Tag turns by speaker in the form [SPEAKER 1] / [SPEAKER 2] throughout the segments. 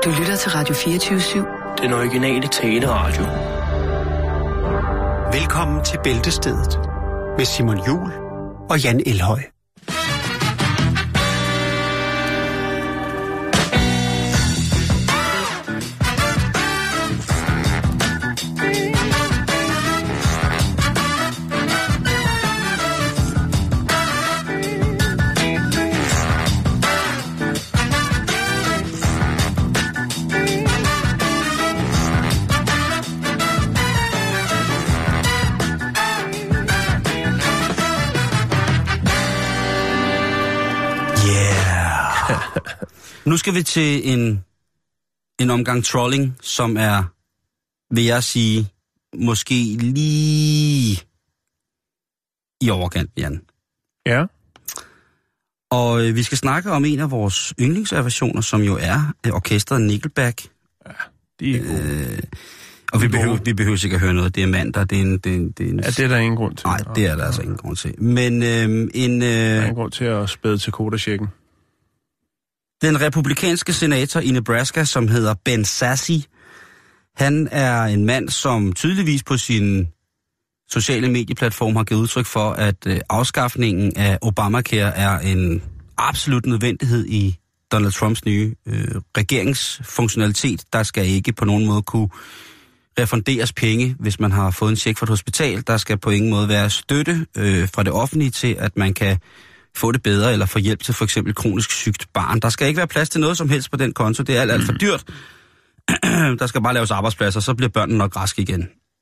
[SPEAKER 1] Du lytter til Radio 24/7.
[SPEAKER 2] Den originale taleradio.
[SPEAKER 3] Velkommen til Bæltestedet med Simon Juhl og Jan Elhøj.
[SPEAKER 4] Nu skal vi til en omgang trolling, som er, vil jeg sige, måske lige i overkant, Jan.
[SPEAKER 5] Ja.
[SPEAKER 4] Og vi skal snakke om en af vores yndlingsaversioner, som jo er orkestret Nickelback.
[SPEAKER 5] Ja, de er gode.
[SPEAKER 4] Og vi behøver sikkert høre noget. Det er mandag. Det er en
[SPEAKER 5] ja, det er der ingen grund til.
[SPEAKER 4] Nej, det er der altså ingen grund til. Men
[SPEAKER 5] der er ingen grund til at spæde til koderchecken.
[SPEAKER 4] Den republikanske senator i Nebraska, som hedder Ben Sasse, han er en mand, som tydeligvis på sin sociale medieplatform har givet udtryk for, at afskaffningen af Obamacare er en absolut nødvendighed i Donald Trumps nye regeringsfunktionalitet. Der skal ikke på nogen måde kunne refunderes penge, hvis man har fået en check fra et hospital. Der skal på ingen måde være støtte fra det offentlige til, at man kan få det bedre, eller få hjælp til for eksempel kronisk sygt barn. Der skal ikke være plads til noget som helst på den konto. Det er alt for dyrt. Der skal bare laves arbejdspladser, så bliver børnene nok raske igen.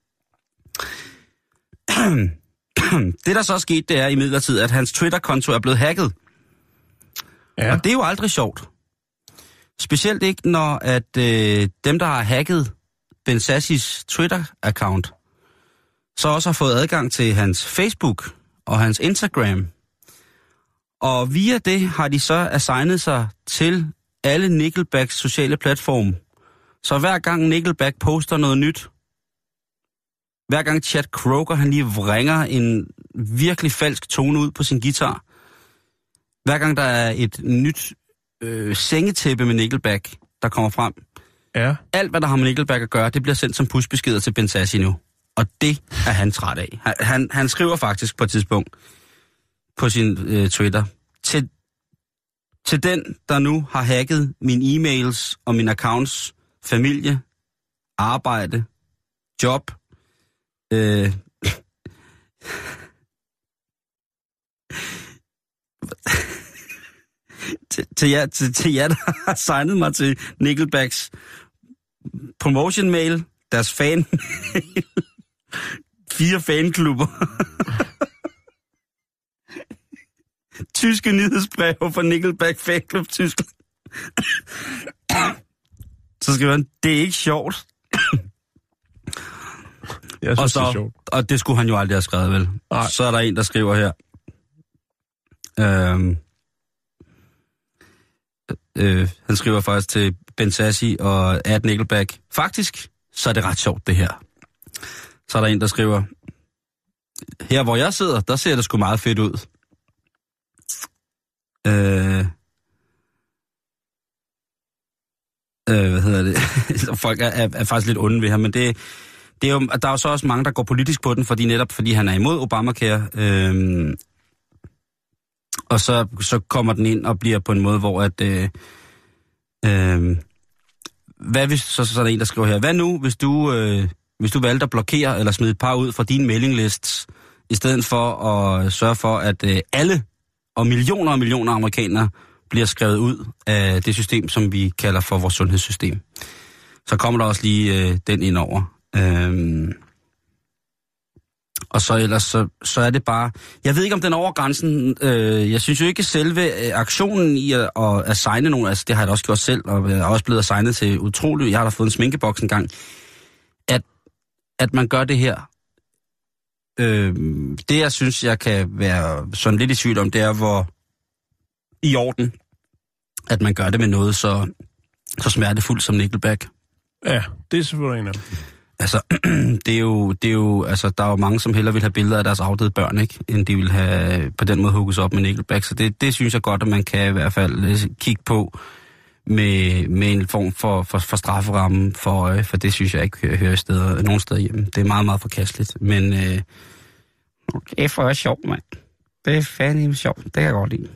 [SPEAKER 4] Det, der så er sket, det er imidlertid, at hans Twitter-konto er blevet hacket. Ja. Og det er jo aldrig sjovt. Specielt ikke, når at dem, der har hacket Ben Sasses Twitter-account, så også har fået adgang til hans Facebook og hans Instagram. Og via det har de så assignet sig til alle Nickelbacks sociale platforme. Så hver gang Nickelback poster noget nyt, hver gang Chad Kroeger han lige vringer en virkelig falsk tone ud på sin guitar, hver gang der er et nyt sengetæppe med Nickelback, der kommer frem,
[SPEAKER 5] ja.
[SPEAKER 4] Alt hvad der har med Nickelback at gøre, det bliver sendt som pushbeskeder til Ben Sasse nu. Og det er han træt af. Han skriver faktisk på et tidspunkt på sin Twitter, til den, der nu har hacket mine e-mails og mine accounts, familie, arbejde, job, til jer, der har signet mig til Nickelbacks promotion mail, deres fan, 4 fanklubber, tyske nyhedsbreve fra Nickelback Fanklub Tyskland. Så skriver han, det er ikke sjovt.
[SPEAKER 5] Jeg synes, det er sjovt.
[SPEAKER 4] Og det skulle han jo aldrig have skrevet, vel? Nej. Så er der en, der skriver her. Han skriver faktisk til Ben Sasse og at Nickelback. Faktisk, så er det ret sjovt, det her. Så er der en, der skriver, her hvor jeg sidder, der ser det sgu meget fedt ud. Hvad hedder det? Folk er faktisk lidt onde ved ham, men det er jo, der er jo så også mange, der går politisk på den, fordi han er imod Obamacare. Og så kommer den ind og bliver på en måde, hvor at hvad hvis så er der en, der skriver her, hvad nu, hvis du valgte at blokere eller smide et par ud fra din mailinglist, i stedet for at sørge for, at alle og millioner amerikanere bliver skrevet ud af det system, som vi kalder for vores sundhedssystem. Så kommer der også lige den ind over. Og så ellers, så er det bare... Jeg ved ikke, om den er over grænsen. Jeg synes jo ikke, selve aktionen i at assigne nogen... Altså, det har jeg da også gjort selv, og jeg er også blevet assignet til utroligt... Jeg har da fået en sminkeboks en gang. At man gør det her. Det, jeg synes, jeg kan være sådan lidt i tvivl om, det er, hvor i orden, at man gør det med noget så smertefuldt som Nickelback.
[SPEAKER 5] Ja, det er selvfølgelig en af dem.
[SPEAKER 4] Altså, det er jo, altså, der er jo mange, som hellere vil have billeder af deres afdøde børn, ikke? End de vil have på den måde hugget op med Nickelback. Så det synes jeg godt, at man kan i hvert fald kigge på. med en form for strafferamme for det synes jeg ikke hører nogen steder hjemme. Det er meget, meget forkasteligt. Men det er for sjovt, mand. Det er fandme sjovt. Det kan jeg godt lide.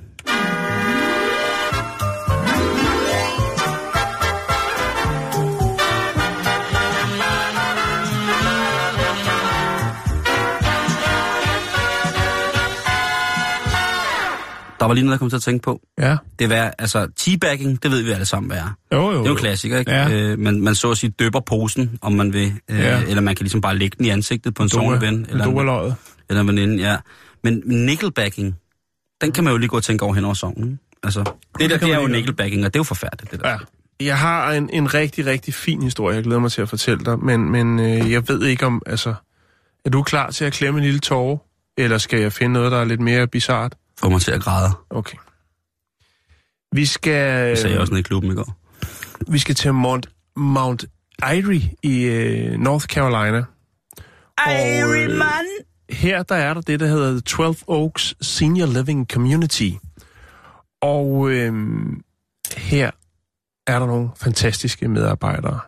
[SPEAKER 4] Der var lige noget, jeg kom til at tænke på.
[SPEAKER 5] Ja.
[SPEAKER 4] Det var, altså, teabagging, det ved vi alle sammen, hvad er.
[SPEAKER 5] Jo.
[SPEAKER 4] Det er jo en klassiker, ikke?
[SPEAKER 5] Ja.
[SPEAKER 4] Man så at sige døber posen, om man vil. Eller man kan ligesom bare lægge den i ansigtet på en sovneven. Eller en veninde, ja. Men nickelbacking, den kan man jo lige gå og tænke over hen over sovnen. Altså, det er jo nickelbacking, og det er jo forfærdeligt, det der.
[SPEAKER 5] Ja. Jeg har en rigtig, rigtig fin historie, jeg glæder mig til at fortælle dig, men jeg ved ikke om, altså, er du klar til at klemme en lille tåre, eller skal jeg finde noget, der er lidt mere bizart?
[SPEAKER 4] Får mig til at græde.
[SPEAKER 5] Okay. Vi skal...
[SPEAKER 4] Det sagde jeg også nede i klubben i går.
[SPEAKER 5] Vi skal til Mount Airy i North Carolina.
[SPEAKER 4] Airy, man!
[SPEAKER 5] Her der er der det, der hedder 12 Oaks Senior Living Community. Og her er der nogle fantastiske medarbejdere.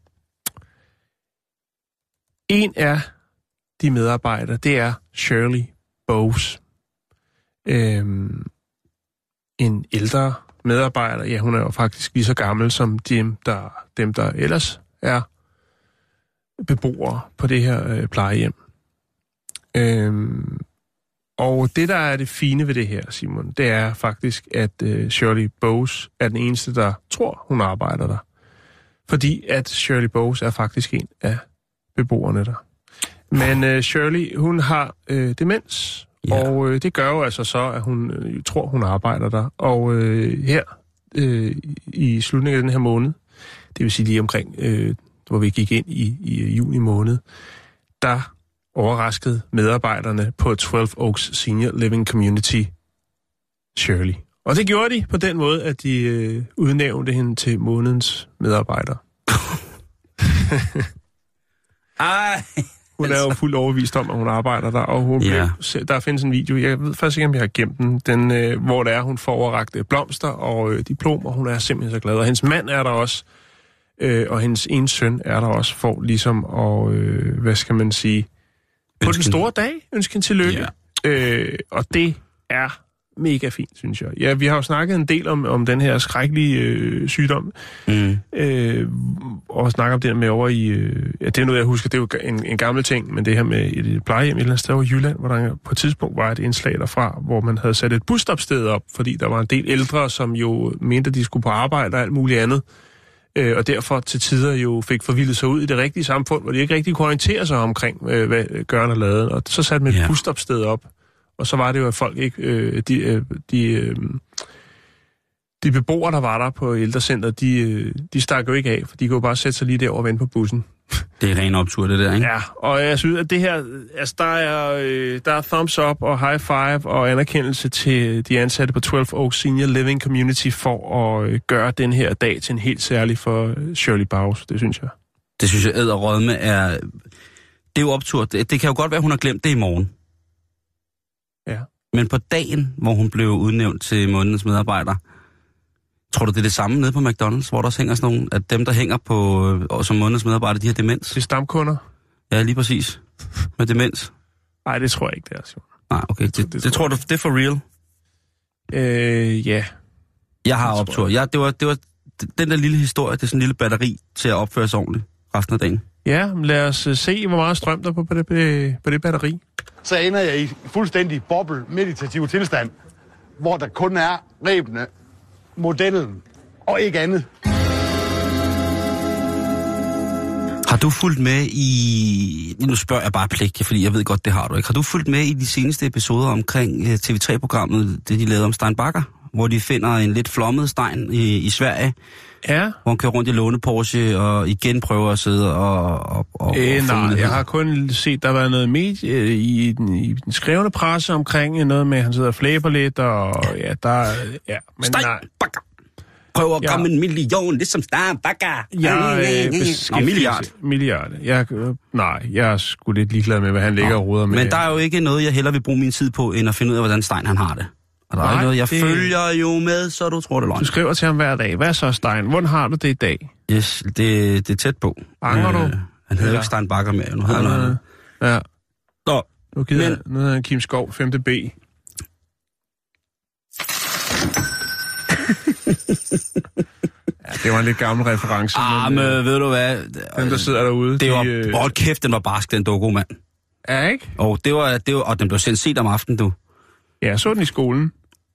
[SPEAKER 5] En af de medarbejdere, det er Shirley Bowes. En ældre medarbejder, ja, hun er jo faktisk lige så gammel som dem, der ellers er beboere på det her plejehjem. Og det, der er det fine ved det her, Simon, det er faktisk, at Shirley Bowes er den eneste, der tror, hun arbejder der. Fordi at Shirley Bowes er faktisk en af beboerne der. Men Shirley, hun har demens, og det gør jo altså så, at hun tror, hun arbejder der. Og her i slutningen af den her måned, det vil sige lige omkring, hvor vi gik ind i juni måned, der overraskede medarbejderne på 12 Oaks Senior Living Community Shirley. Og det gjorde de på den måde, at de udnævnte hende til månedens medarbejder.
[SPEAKER 4] Ej!
[SPEAKER 5] Hun er jo fuldt overbevist om, at hun arbejder der, og hun der findes en video, jeg ved faktisk ikke, om jeg har gemt den, hvor der er, hun får overrakt blomster og diplomer. Hun er simpelthen så glad, og hendes mand er der også, og hendes ene søn er der også, for ligesom at, hvad skal man sige, på den store dag, ønske hende tillykke. Og det er mega fint, synes jeg. Ja, vi har jo snakket en del om den her skrækkelige sygdom. Og snakket om det med over i... det er noget, jeg husker, det er jo en gammel ting, men det her med et plejehjem et eller andet sted over i Jylland, hvor der på et tidspunkt var et indslag derfra, hvor man havde sat et busstopsted op, fordi der var en del ældre, som jo mente, at de skulle på arbejde og alt muligt andet. Og derfor til tider jo fik forvildet sig ud i det rigtige samfund, hvor de ikke rigtig kunne orientere sig omkring, hvad gørne og laden. Og så satte man et busstopsted op. Og så var det jo, at folk ikke... De beboere, der var der på ældrecenteret, de stak jo ikke af, for de kunne bare sætte sig lige der og vente på bussen.
[SPEAKER 4] Det er ren optur, det der, ikke?
[SPEAKER 5] Ja, og jeg synes, at det her... Altså, der er thumbs up og high five og anerkendelse til de ansatte på 12 Oaks Senior Living Community for at gøre den her dag til en helt særlig for Shirley Bowes. Det synes jeg.
[SPEAKER 4] Det synes jeg, edderrødme er... Det er jo optur. Det kan jo godt være, hun har glemt det i morgen.
[SPEAKER 5] Ja.
[SPEAKER 4] Men på dagen, hvor hun blev udnævnt til månedens medarbejder, tror du, det er det samme nede på McDonald's, hvor der også hænger sådan nogle, at dem, der hænger på som månedens medarbejder, de har demens?
[SPEAKER 5] Det er stamkunder?
[SPEAKER 4] Ja, lige præcis. Med demens.
[SPEAKER 5] Nej, det tror jeg ikke, det er.
[SPEAKER 4] Nej, okay. Det tror du, det er for real?
[SPEAKER 5] Ja.
[SPEAKER 4] Jeg har optur. Det var den der lille historie, det er sådan en lille batteri til at opføre sig ordentligt resten af dagen.
[SPEAKER 5] Ja, lad os se, hvor meget strøm der er på det batteri.
[SPEAKER 6] Så ender jeg i fuldstændig boble-meditativ tilstand, hvor der kun er rebene, modellen og ikke andet.
[SPEAKER 4] Har du fulgt med i... Nu spørger jeg bare pligt, fordi jeg ved godt, det har du ikke. Har du fulgt med i de seneste episoder omkring TV3-programmet, det de lavede om Stein Bagger? Hvor de finder en lidt flommet Stein i Sverige.
[SPEAKER 5] Ja.
[SPEAKER 4] Hvor han kører rundt i låne Porsche og igen prøver at sidde og
[SPEAKER 5] nej, jeg har kun set, der har været noget medie i den skrevne presse omkring noget med, at han sidder og flæber lidt, og men
[SPEAKER 4] Stein Bagger! Prøver at komme en million, ligesom Stein Bagger!
[SPEAKER 5] Milliard. Jeg er sgu lidt ligeglad med, hvad han ligger og roder med.
[SPEAKER 4] Men der er jo ikke noget, jeg hellere vil bruge min tid på, end at finde ud af, hvordan Stein han har det. Og der er ikke noget, jeg følger jo med, så du tror det løgn.
[SPEAKER 5] Du skriver til ham hver dag. Hvad så, Stein? Hvordan har du det i dag?
[SPEAKER 4] Yes, det er tæt på.
[SPEAKER 5] Angrer du?
[SPEAKER 4] Han hedder ikke Stein Bakker mere. Nu hedder han noget.
[SPEAKER 5] Ja.
[SPEAKER 4] Nå,
[SPEAKER 5] Nu hedder han Kim Skov, 5. B. Ja, det var en lidt gammel reference.
[SPEAKER 4] Men ved du hvad?
[SPEAKER 5] Dem, der sidder derude,
[SPEAKER 4] det var, kæft, den var barsk, den doku, mand.
[SPEAKER 5] Ja, ikke?
[SPEAKER 4] Og og den blev sendt set om aftenen, du.
[SPEAKER 5] Ja, jeg så den i skolen.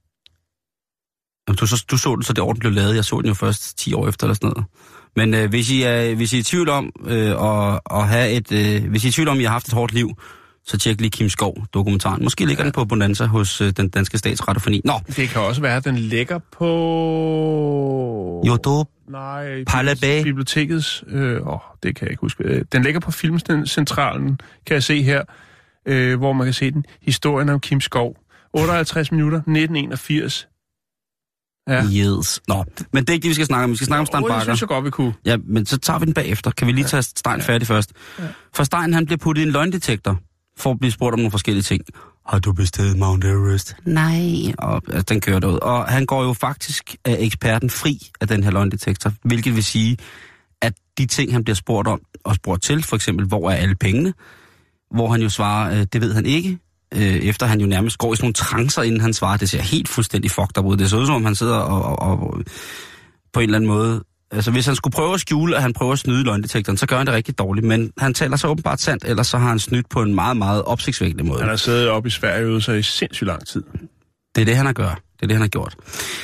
[SPEAKER 4] Du så den, så det år, den blev lavet. Jeg så den jo først 10 år efter, eller sådan noget. Men hvis I er i tvivl om at have hvis I er i tvivl om, at I har haft et hårdt liv, så tjek lige Kim Skov dokumentaren. Måske ligger den på Bonanza hos den danske statsradiofoni. Nå.
[SPEAKER 5] Det kan også være, at den ligger på...
[SPEAKER 4] YouTube.
[SPEAKER 5] Nej,
[SPEAKER 4] bibliotekets...
[SPEAKER 5] det kan jeg ikke huske. Den ligger på Filmcentralen, kan jeg se her, hvor man kan se den. Historien om Kim Skov. 58 minutter, 1981.
[SPEAKER 4] Ja. Yes. Nå, men det er ikke det, vi skal snakke om. Vi skal snakke om Stein Bakker.
[SPEAKER 5] Det synes jeg godt, vi kunne.
[SPEAKER 4] Ja, men så tager vi den bagefter. Kan vi lige tage Stein færdig først? Ja. For Stein, han blev puttet i en løgndetektor for at blive spurgt om nogle forskellige ting. Har du besteget Mount Everest? Nej. Og den kører derud. Og han går jo faktisk af eksperten fri af den her løgndetektor, hvilket vil sige, at de ting, han bliver spurgt om og spurgt til, for eksempel, hvor er alle pengene? Hvor han jo svarer, det ved han ikke. Efter han jo nærmest går i sådan nogle trancer, inden han svarer. Det ser helt fuldstændig fucked up ud. Det ser ud som om, han sidder og på en eller anden måde... Altså, hvis han skulle prøve at skjule, at han prøver at snyde løgndetektoren, så gør han det rigtig dårligt. Men han taler så åbenbart sandt, ellers så har han snydt på en meget, meget opsigtsvækkende måde.
[SPEAKER 5] Han har siddet oppe i Sverige og øvet sig i sindssygt lang tid.
[SPEAKER 4] Det er det, han har gjort. Det er det, han har gjort.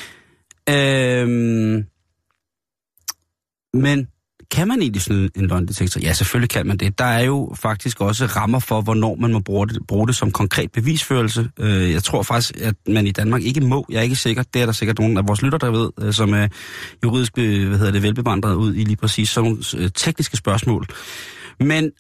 [SPEAKER 4] Men kan man egentlig snyde en løgndetektor? Ja, selvfølgelig kan man det. Der er jo faktisk også rammer for, hvornår man må bruge det som konkret bevisførelse. Jeg tror faktisk, at man i Danmark ikke må. Jeg er ikke sikker. Det er der sikkert nogle af vores lytter, der ved, som er juridisk velbevandret ud i lige præcis sådan nogle tekniske spørgsmål. Men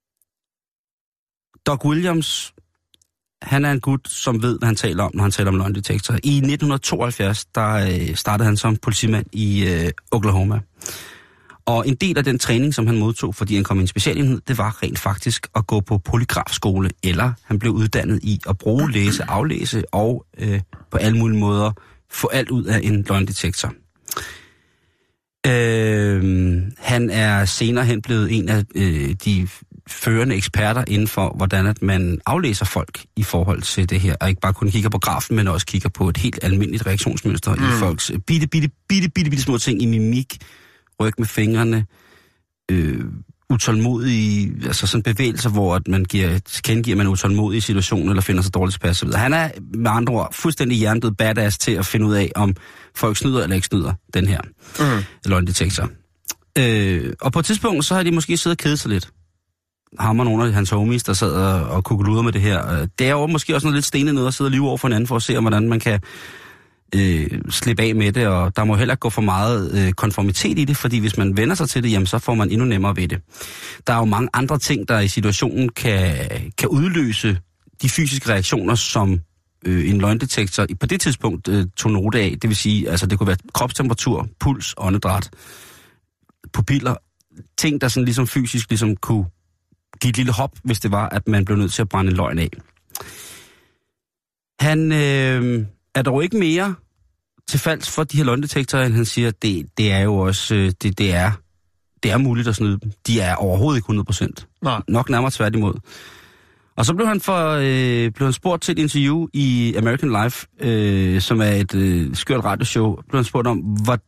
[SPEAKER 4] Doug Williams, han er en gut, som ved, hvad han taler om, når han taler om løgndetektor. I 1972, der startede han som politimand i Oklahoma. Og en del af den træning, som han modtog, fordi han kom i en specialenhed, det var rent faktisk at gå på polygrafskole, eller han blev uddannet i at bruge, læse, aflæse og på alle mulige måder få alt ud af en løgndetektor. Han er senere hen blevet en af de førende eksperter inden for, hvordan at man aflæser folk i forhold til det her, og ikke bare kun kigger på grafen, men også kigger på et helt almindeligt reaktionsmønster i folks bitte små ting i mimik, ryg med fingrene, utålmodige, altså sådan bevægelser, hvor at man kendegiver, man er utålmodig i situationen, eller finder sig dårligt tilpas. Han er med andre ord fuldstændig hjernedød badass til at finde ud af, om folk snyder eller ikke snyder den her løgndetektor. Og på et tidspunkt, så har de måske siddet og kedet sig lidt. Ham og nogle af hans homies, der sad og kukkede med det her. Det er jo måske også noget lidt stenet noget at sidde og lyve over for hinanden, for at se, hvordan man kan slippe af med det, og der må heller ikke gå for meget konformitet i det, fordi hvis man vender sig til det, jamen, så får man endnu nemmere ved det. Der er jo mange andre ting, der i situationen kan udløse de fysiske reaktioner, som en løgndetektor på det tidspunkt tog note af. Det vil sige, altså det kunne være kropstemperatur, puls, åndedræt, pupiller, ting, der sådan ligesom fysisk ligesom kunne give et lille hop, hvis det var, at man blev nødt til at brænde en løgn af. Han er dog ikke mere til falds for de her løgndetektorer, end han siger, det er jo også, det er muligt at snyde dem. De er overhovedet ikke 100%. Nej. Nok nærmere tværtimod. Og så blev han spurgt til et interview i American Life, som er et skørt radioshow, blev han spurgt om,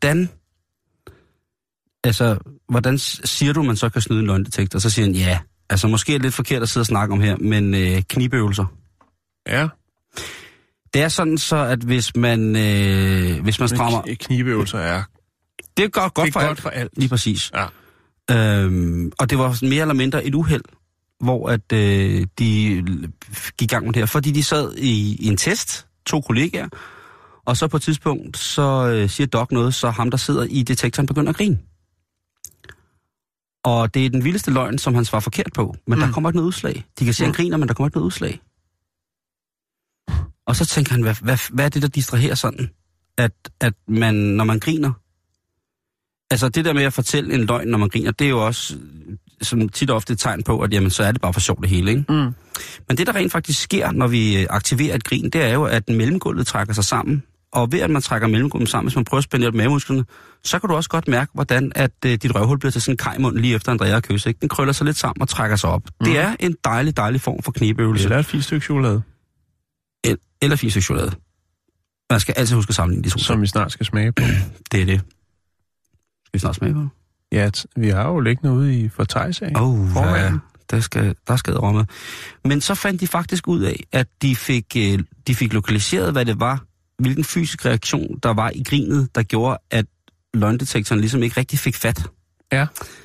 [SPEAKER 4] hvordan siger du, man så kan snyde en løgndetektor? Så siger han, ja, altså måske er det lidt forkert at sidde og snakke om her, men knibøvelser. Ja. Det er sådan så, at hvis man strammer...
[SPEAKER 5] Knibøvelser er...
[SPEAKER 4] Det er godt for alt. Lige præcis. Ja. Og det var mere eller mindre et uheld, hvor at de gik i gang med det her. Fordi de sad i en test, 2 kollegaer, og så på et tidspunkt, så siger Doc noget, så ham, der sidder i detektoren, begynder at grine. Og det er den vildeste løgn, som han svarer forkert på, men der kommer ikke noget udslag. De kan se, han griner, men der kommer ikke noget udslag. Og så tænker han, hvad er det, der distraherer sådan? At man, når man griner, Altså det der med at fortælle en løgn, når man griner, det er jo også som tit og ofte et tegn på, at jamen, så er det bare for sjovt det hele, ikke? Mm. Men det, der rent faktisk sker, når vi aktiverer et grin, det er jo, at mellemgulvet trækker sig sammen. Og ved at man trækker mellemgulvet sammen, hvis man prøver at spænde op mavemusklerne, så kan du også godt mærke, hvordan at dit røvhul bliver til sådan en kajmund lige efter Andrea og kysse, ikke? Den krøller sig lidt sammen og trækker sig op. Mm. Det er en dejlig form for knibeøvelse.
[SPEAKER 5] Eller et fint stykke chokolade.
[SPEAKER 4] Eller 4 stykker chokolade. Man skal altid huske at sammenligne de to.
[SPEAKER 5] Som vi snart skal smage på.
[SPEAKER 4] Det er det. Skal vi snart smage på?
[SPEAKER 5] Ja, vi har jo liggende ude i Fortejsag.
[SPEAKER 4] Ja, der skal romme. Men så fandt de faktisk ud af, at de fik lokaliseret, hvad det var, hvilken fysisk reaktion der var i grinet, der gjorde, at løgndetektoren ligesom ikke rigtig fik fat.
[SPEAKER 5] Ja.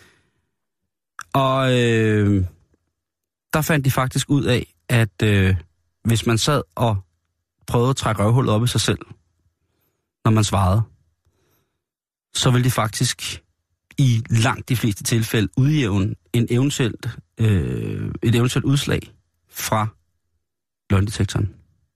[SPEAKER 4] Og der fandt de faktisk ud af, at hvis man sad og prøvede at trække røvhullet op i sig selv, når man svarede, så ville de faktisk i langt de fleste tilfælde udjævne et eventuelt udslag fra løgndetektoren.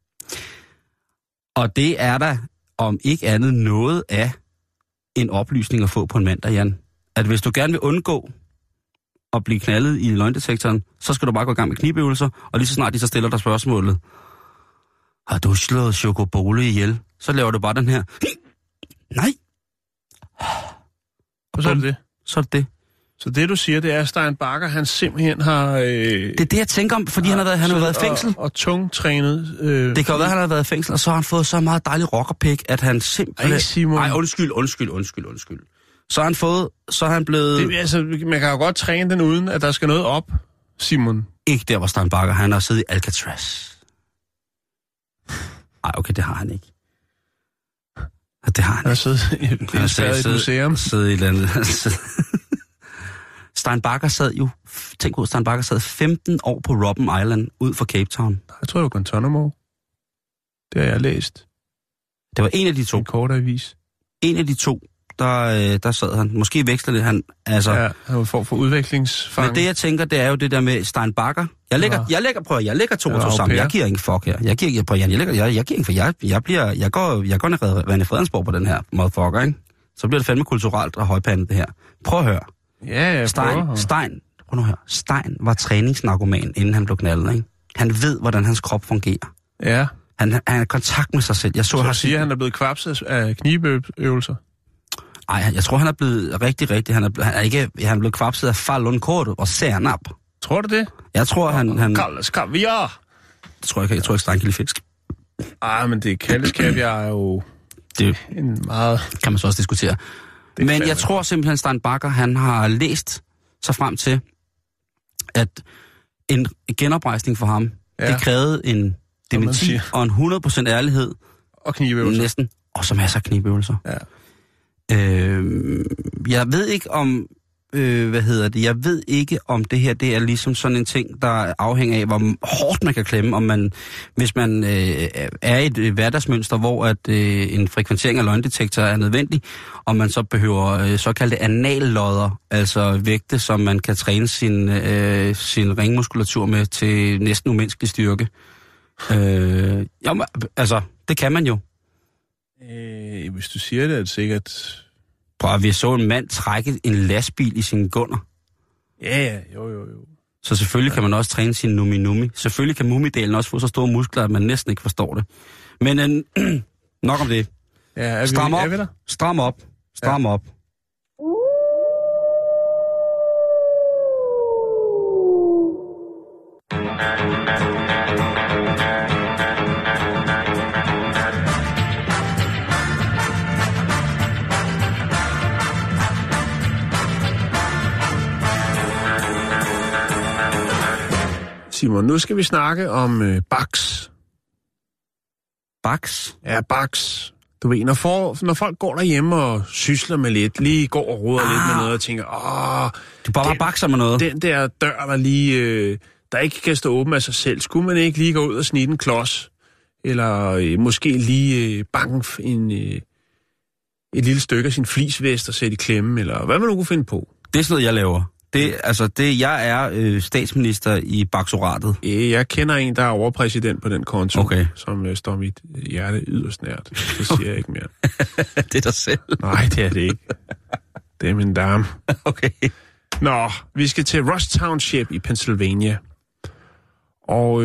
[SPEAKER 4] Og det er der om ikke andet noget af en oplysning at få på en mandag, Jan. At hvis du gerne vil undgå at blive knaldet i løgndetektoren, så skal du bare gå i gang med knibøvelser, og lige så snart de så stiller dig spørgsmålet, har du slået Chocobole ihjel? Så laver du bare den her, nej.
[SPEAKER 5] Og så er det det.
[SPEAKER 4] Så er det det.
[SPEAKER 5] Så det, du siger, det er, at Stein Bakker, han simpelthen har...
[SPEAKER 4] det er det, jeg tænker om, fordi han har været i fængsel.
[SPEAKER 5] Og tungtrænet.
[SPEAKER 4] Det kan jo være, at han har været i fængsel, og så har han fået så meget dejlig rockerpik, at han simpelthen...
[SPEAKER 5] Ej, Simon.
[SPEAKER 4] Ej, undskyld. Så er han blevet...
[SPEAKER 5] Man kan jo godt træne den, uden at der skal noget op, Simon.
[SPEAKER 4] Ikke der, hvor Stein Bakker, han har siddet i Alcatraz. Ej, okay, det har han ikke. Det har han.
[SPEAKER 5] Han har siddet i et museum.
[SPEAKER 4] Siddet i et eller andet... Stein Bakker sad jo, tænk ud, Stein Bakker sad 15 år på Robben Island ud for Cape Town.
[SPEAKER 5] Jeg tror, det var Guantanamo. Det har jeg læst.
[SPEAKER 4] Det var en af de to.
[SPEAKER 5] En kort avis.
[SPEAKER 4] En af de to, der sad han. Måske veksler det han, altså...
[SPEAKER 5] Ja, han var for udviklingsfang.
[SPEAKER 4] Men det, jeg tænker, det er jo det der med Stein Bakker. Jeg lægger to og to sammen. Jeg giver ingen fuck her. Jeg giver ingen for. Jeg går ned René Fredensborg på den her motherfucker, ikke? Så bliver det fandme kulturelt og højpandet det her. Prøv at høre.
[SPEAKER 5] Ja,
[SPEAKER 4] Stein var træningsnarkoman, inden han blev knaldet, ikke? Han ved, hvordan hans krop fungerer.
[SPEAKER 5] Ja.
[SPEAKER 4] Han er i kontakt med sig selv.
[SPEAKER 5] Så siger han er blevet kvapset af knibeøvelser?
[SPEAKER 4] Nej, jeg tror, han er blevet rigtig... Han er blevet kvapset af Falun Korto og Sernap.
[SPEAKER 5] Tror du det?
[SPEAKER 4] Jeg tror, han...
[SPEAKER 5] Kaldes kaviar!
[SPEAKER 4] Det tror jeg ikke. Jeg tror ikke, Stein kan lide fisk.
[SPEAKER 5] Ej, men det kaldes kaviar er jo...
[SPEAKER 4] Det
[SPEAKER 5] en meget...
[SPEAKER 4] Kan man så også diskutere. Men jeg tror simpelthen, at Stein Bakker, han har læst sig frem til, at en genoprejsning for ham, det krævede en dementi og en 100% ærlighed.
[SPEAKER 5] Og knibeøvelser.
[SPEAKER 4] Næsten. Og så masser af knibeøvelser.
[SPEAKER 5] Ja.
[SPEAKER 4] Jeg ved ikke om... Jeg ved ikke, om det her det er ligesom sådan en ting, der afhænger af, hvor hårdt man kan klemme, hvis man er i et hverdagsmønster, hvor at en frekventering af løgndetektor er nødvendig, og man så behøver såkaldte anallodder, altså vægte, som man kan træne sin ringmuskulatur med til næsten umenneskelig styrke. Det kan man jo.
[SPEAKER 5] Hvis du siger det, er det sikkert...
[SPEAKER 4] Prøv at vi så en mand trække en lastbil i sine gunder.
[SPEAKER 5] Ja, jo.
[SPEAKER 4] Så selvfølgelig kan man også træne sin numi-numi. Selvfølgelig kan mumidelen også få så store muskler, at man næsten ikke forstår det. Men nok om det.
[SPEAKER 5] Ja,
[SPEAKER 4] Stram op.
[SPEAKER 5] Simon, nu skal vi snakke om Baks.
[SPEAKER 4] Baks?
[SPEAKER 5] Ja, Baks. Du ved, når folk går derhjemme og sysler med lidt, lige går og roder lidt med noget og tænker,
[SPEAKER 4] du bare bakser med noget.
[SPEAKER 5] Den der dør, der lige, der ikke kan stå åben af sig selv, skulle man ikke lige gå ud og snitte en klods? Eller måske lige banke et lille stykke af sin flisvest og sætte i klemme, eller hvad man nu kunne finde på?
[SPEAKER 4] Det er sådan noget, jeg laver. Jeg er statsminister i baksoratet.
[SPEAKER 5] Jeg kender en, der er overpræsident på den konto,
[SPEAKER 4] okay,
[SPEAKER 5] som står mit hjerte yderst nært. Det siger jeg ikke mere.
[SPEAKER 4] Det er dig selv.
[SPEAKER 5] Nej, det er det ikke. Det er min dame.
[SPEAKER 4] Okay.
[SPEAKER 5] Nå, vi skal til Ross Township i Pennsylvania. Og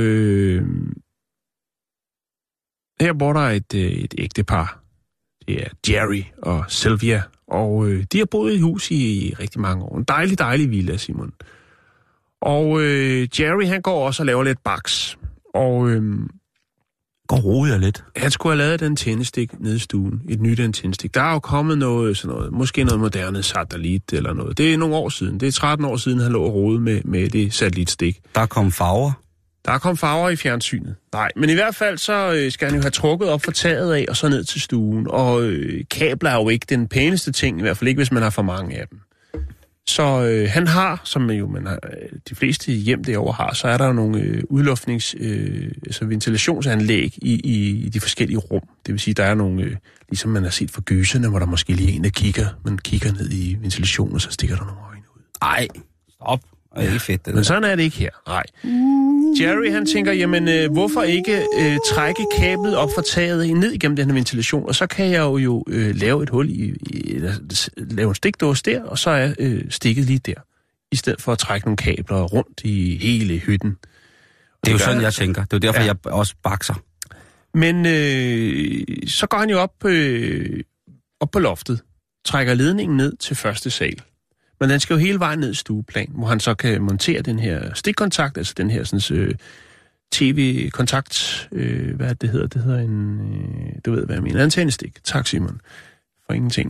[SPEAKER 5] her bor der et ægtepar. Det er Jerry og Sylvia. Og de har boet i hus i rigtig mange år. En dejlig villa, Simon. Og Jerry, han går også og laver lidt baks. Og
[SPEAKER 4] går roligt lidt.
[SPEAKER 5] Han skulle have lavet den tændstik nede i stuen. Et nyt tændstik. Der er jo kommet noget, måske noget moderne satellit eller noget. Det er nogle år siden. Det er 13 år siden, han lå og rode med det satellitstik.
[SPEAKER 4] Der kom farver.
[SPEAKER 5] Der kom farver i fjernsynet. Nej, men i hvert fald så skal han jo have trukket op for taget af og så ned til stuen. Og kabler er jo ikke den pæneste ting, i hvert fald ikke, hvis man har for mange af dem. Så han har, som jo de fleste hjem derovre har, så er der jo nogle altså ventilationsanlæg i de forskellige rum. Det vil sige, der er nogle, ligesom man har set for gyserne, hvor der måske lige er en, man kigger ned i ventilationen, og så stikker der nogle øjne ud.
[SPEAKER 4] Ej, stop. Det er ikke fedt, det.
[SPEAKER 5] Men sådan er det ikke her. Nej. Jerry, han tænker, jamen, hvorfor ikke trække kablet op fra taget ned igennem den her ventilation, og så kan jeg jo lave et hul lave en stikdåse der, og så er stikket lige der, i stedet for at trække nogle kabler rundt i hele hytten.
[SPEAKER 4] Det er jo sådan, jeg tænker. Det er jo derfor, jeg også bakser.
[SPEAKER 5] Men så går han jo op på loftet, trækker ledningen ned til første sal. Men den skal jo hele vejen ned i stueplan, hvor han så kan montere den her stikkontakt, altså den her sådan, tv-kontakt, hvad det hedder? Det hedder en, du ved, hvad jeg mener, antennestik. Tak, Simon. For ingenting.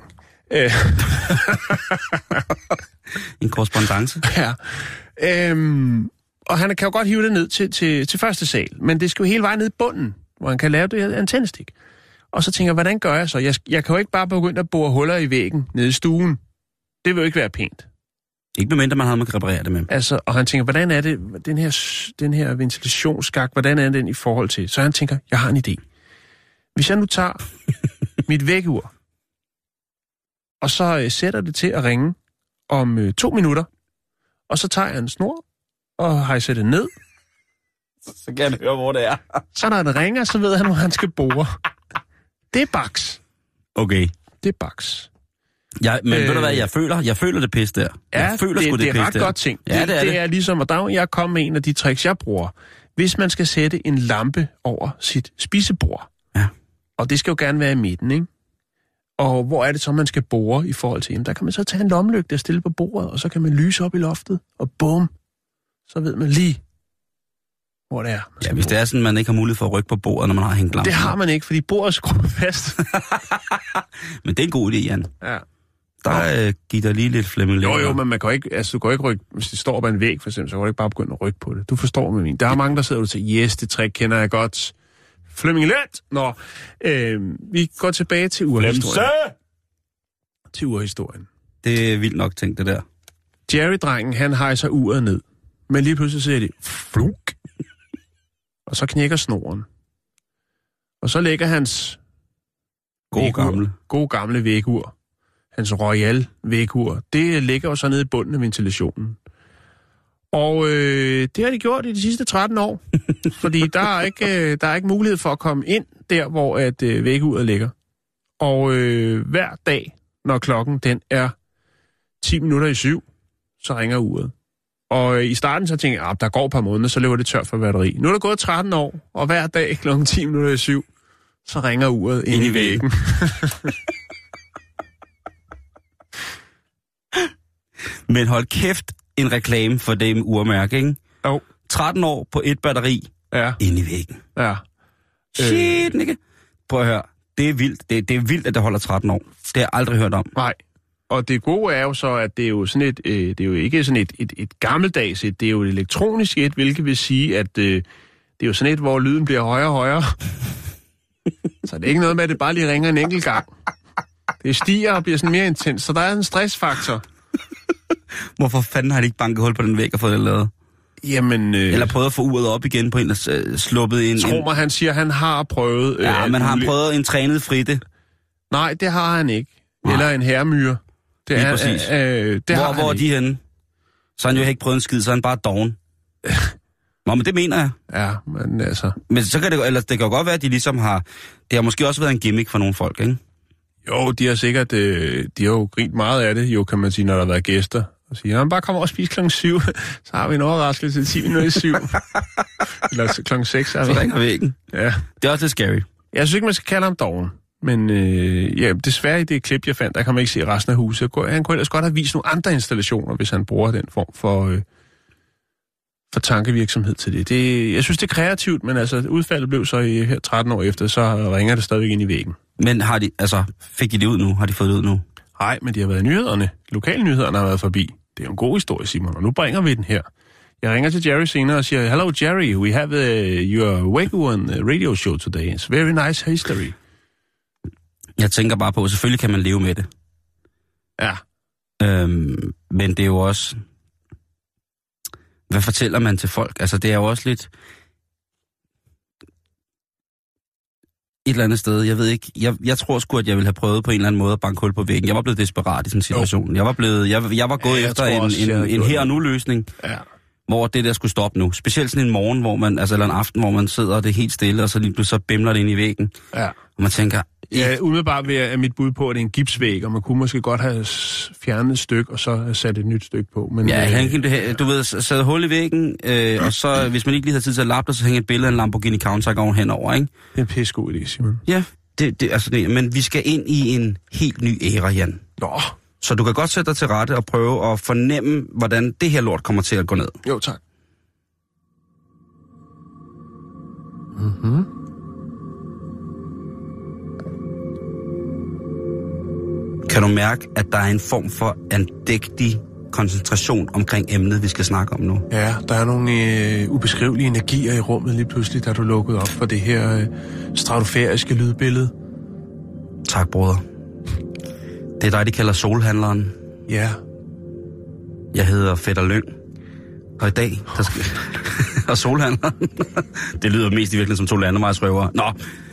[SPEAKER 4] En korrespondance.
[SPEAKER 5] Ja. Og han kan jo godt hive det ned til første sal, men det skal jo hele vejen ned i bunden, hvor han kan lave det her antennestik. Og så tænker jeg, hvordan gør jeg så? Jeg kan jo ikke bare begynde at bore huller i væggen nede i stuen. Det vil jo ikke være pænt.
[SPEAKER 4] Ikke medmindre man havde, man kan reparere det med.
[SPEAKER 5] Altså, og han tænker, hvordan er det, den her ventilationsskak, hvordan er den i forhold til? Så han tænker, jeg har en idé. Hvis jeg nu tager mit vækkeur, og så sætter det til at ringe om 2 minutter, og så tager jeg en snor, og hejser det ned.
[SPEAKER 4] Så kan jeg høre, hvor det er.
[SPEAKER 5] Så når det ringer, så ved han, hvor han skal bore. Det er baks.
[SPEAKER 4] Okay.
[SPEAKER 5] Det er baks.
[SPEAKER 4] Ja, men ved du hvad, jeg føler det pis der.
[SPEAKER 5] Ja,
[SPEAKER 4] jeg føler det
[SPEAKER 5] er ret godt ting.
[SPEAKER 4] Ja, det
[SPEAKER 5] er ligesom, og der jeg kom med en af de tricks, jeg bruger. Hvis man skal sætte en lampe over sit spisebord, og det skal jo gerne være i midten, ikke? Og hvor er det så, man skal bore i forhold til? Jamen, der kan man så tage en lommelygte og stille på bordet, og så kan man lyse op i loftet, og bum, så ved man lige, hvor det er.
[SPEAKER 4] Ja, hvis det er sådan, man ikke har mulighed for at rykke på bordet, når man har hængt lampen.
[SPEAKER 5] Det har man ikke, fordi bordet er skruet fast.
[SPEAKER 4] Men det er en god idé, Jan.
[SPEAKER 5] Ja.
[SPEAKER 4] Der giver der lige lidt Flemming Lehrer.
[SPEAKER 5] Jo, men man kan ikke, altså du kan ikke rykke, hvis det står på en væg for eksempel, så kan du ikke bare begynde at rykke på det. Du forstår med min. Der er mange, der sidder og siger, yes, det trick kender jeg godt. Flemming Lehrer! Nå, vi går tilbage til urhistorien. Til urhistorien.
[SPEAKER 4] Det er vildt nok tænkt, det der.
[SPEAKER 5] Jerry-drengen, han hejser uret ned. Men lige pludselig siger de, fluk. Og så knækker snoren. Og så lægger hans god gamle vægur, hans Royal vægur, det ligger jo så nede i bunden af ventilationen. Og det har de gjort i de sidste 13 år. Fordi der er ikke mulighed for at komme ind der, hvor at væguret ligger. Og hver dag, når klokken den er 10 minutter i 7, så ringer uret. Og i starten så tænkte jeg, der går et par måneder, så løber det tør for batteri. Nu er der gået 13 år, og hver dag klokken 10 minutter i 7, så ringer uret ind i væggen.
[SPEAKER 4] Men hold kæft, en reklame for det med urmærke, ikke?
[SPEAKER 5] Jo.
[SPEAKER 4] 13 år på et batteri ind i væggen.
[SPEAKER 5] Ja.
[SPEAKER 4] Shit, ikke? Prøv at høre. Det er vildt. Det er vildt, at det holder 13 år. Det har jeg aldrig hørt om.
[SPEAKER 5] Nej. Og det gode er jo så, at det er jo sådan det er jo ikke sådan et gammeldags et, det er jo et elektronisk et, hvilket vil sige, at det er jo sådan et, hvor lyden bliver højere og højere. Så det er ikke noget med, at det bare lige ringer en enkelt gang. Det stiger og bliver sådan mere intens, så der er en stressfaktor.
[SPEAKER 4] Hvorfor fanden har de ikke banket hul på den væg og fået det lavet?
[SPEAKER 5] Jamen...
[SPEAKER 4] Eller prøvet at få uret op igen på en, der sluppet ind.
[SPEAKER 5] Tro mig, han siger, han har prøvet...
[SPEAKER 4] Ja, men har han prøvet en trænet Fritte?
[SPEAKER 5] Nej, det har han ikke. Nej. Eller en herremyre.
[SPEAKER 4] Det er præcis. Hvor er de henne? Så har han jo ikke prøvet en skid, så er han bare doven. Nå, men det mener jeg.
[SPEAKER 5] Ja, men altså...
[SPEAKER 4] Men så kan det kan jo godt være, at de ligesom har... Det har måske også været en gimmick for nogle folk, ikke?
[SPEAKER 5] Jo, de har sikkert, de har jo grint meget af det, jo kan man sige, når der har været gæster. Og siger, jamen bare kom over og spise klokken 7, så har vi en overraskelse 10 minutter i 7. Eller klokken 6.
[SPEAKER 4] Så ringer væggen.
[SPEAKER 5] Ja.
[SPEAKER 4] Det er også lidt scary.
[SPEAKER 5] Jeg synes ikke, man skal kalde ham doven. Men desværre i det klip, jeg fandt, der kan man ikke se resten af huset. Han kunne ellers godt have vist nogle andre installationer, hvis han bruger den form for tankevirksomhed til det. Jeg synes, det er kreativt, men altså udfaldet blev så her 13 år efter, så ringer det stadigvæk ind i væggen.
[SPEAKER 4] Men fik de det ud nu? Har de fået det ud nu?
[SPEAKER 5] Nej, men de har været i nyhederne. Lokale nyhederne har været forbi. Det er jo en god historie, Simon, og nu bringer vi den her. Jeg ringer til Jerry senere og siger, hello Jerry, we have your Wake One radio show today. It's very nice history.
[SPEAKER 4] Jeg tænker bare på, selvfølgelig kan man leve med det.
[SPEAKER 5] Ja.
[SPEAKER 4] Men det er jo også... Hvad fortæller man til folk? Altså, det er jo også lidt... Et eller andet sted, jeg ved ikke... Jeg tror sgu, at jeg ville have prøvet på en eller anden måde at banke hul på væggen. Jeg var blevet desperat i sådan en situation. Jeg var gået efter en her og nu løsning. Ja. Hvor det der skulle stoppe nu. Specielt sådan en morgen, hvor man, eller en aften, hvor man sidder og det er helt stille, og så lige pludselig så bimler det ind i væggen. Ja. Og man tænker...
[SPEAKER 5] Ja, umiddelbart er mit bud på, at det er en gipsvæg, og man kunne måske godt have fjernet et stykke, og så sat et nyt stykke på. Men,
[SPEAKER 4] du ved, sat hul i væggen, og så, hvis man ikke lige havde tid til at lappe det, så hænger et billede af en Lamborghini Countach oven henover, ikke?
[SPEAKER 5] Det er en pissegod idé, Simon.
[SPEAKER 4] Ja, men vi skal ind i en helt ny æra, Jan.
[SPEAKER 5] Nå.
[SPEAKER 4] Så du kan godt sætte dig til rette og prøve at fornemme, hvordan det her lort kommer til at gå ned.
[SPEAKER 5] Jo, tak.
[SPEAKER 4] Mhm. Kan du mærke, at der er en form for andægtig koncentration omkring emnet, vi skal snakke om nu?
[SPEAKER 5] Ja, der er nogle ubeskrivelige energier i rummet lige pludselig, da du lukkede op for det her stratosfæriske lydbillede.
[SPEAKER 4] Tak, broder. Det er dig, de kalder solhandleren.
[SPEAKER 5] Ja.
[SPEAKER 4] Jeg hedder Fætter Lyng. Og i dag, der skal... og solhandleren. Det lyder mest i virkeligheden som to landevejsrøvere. Nå.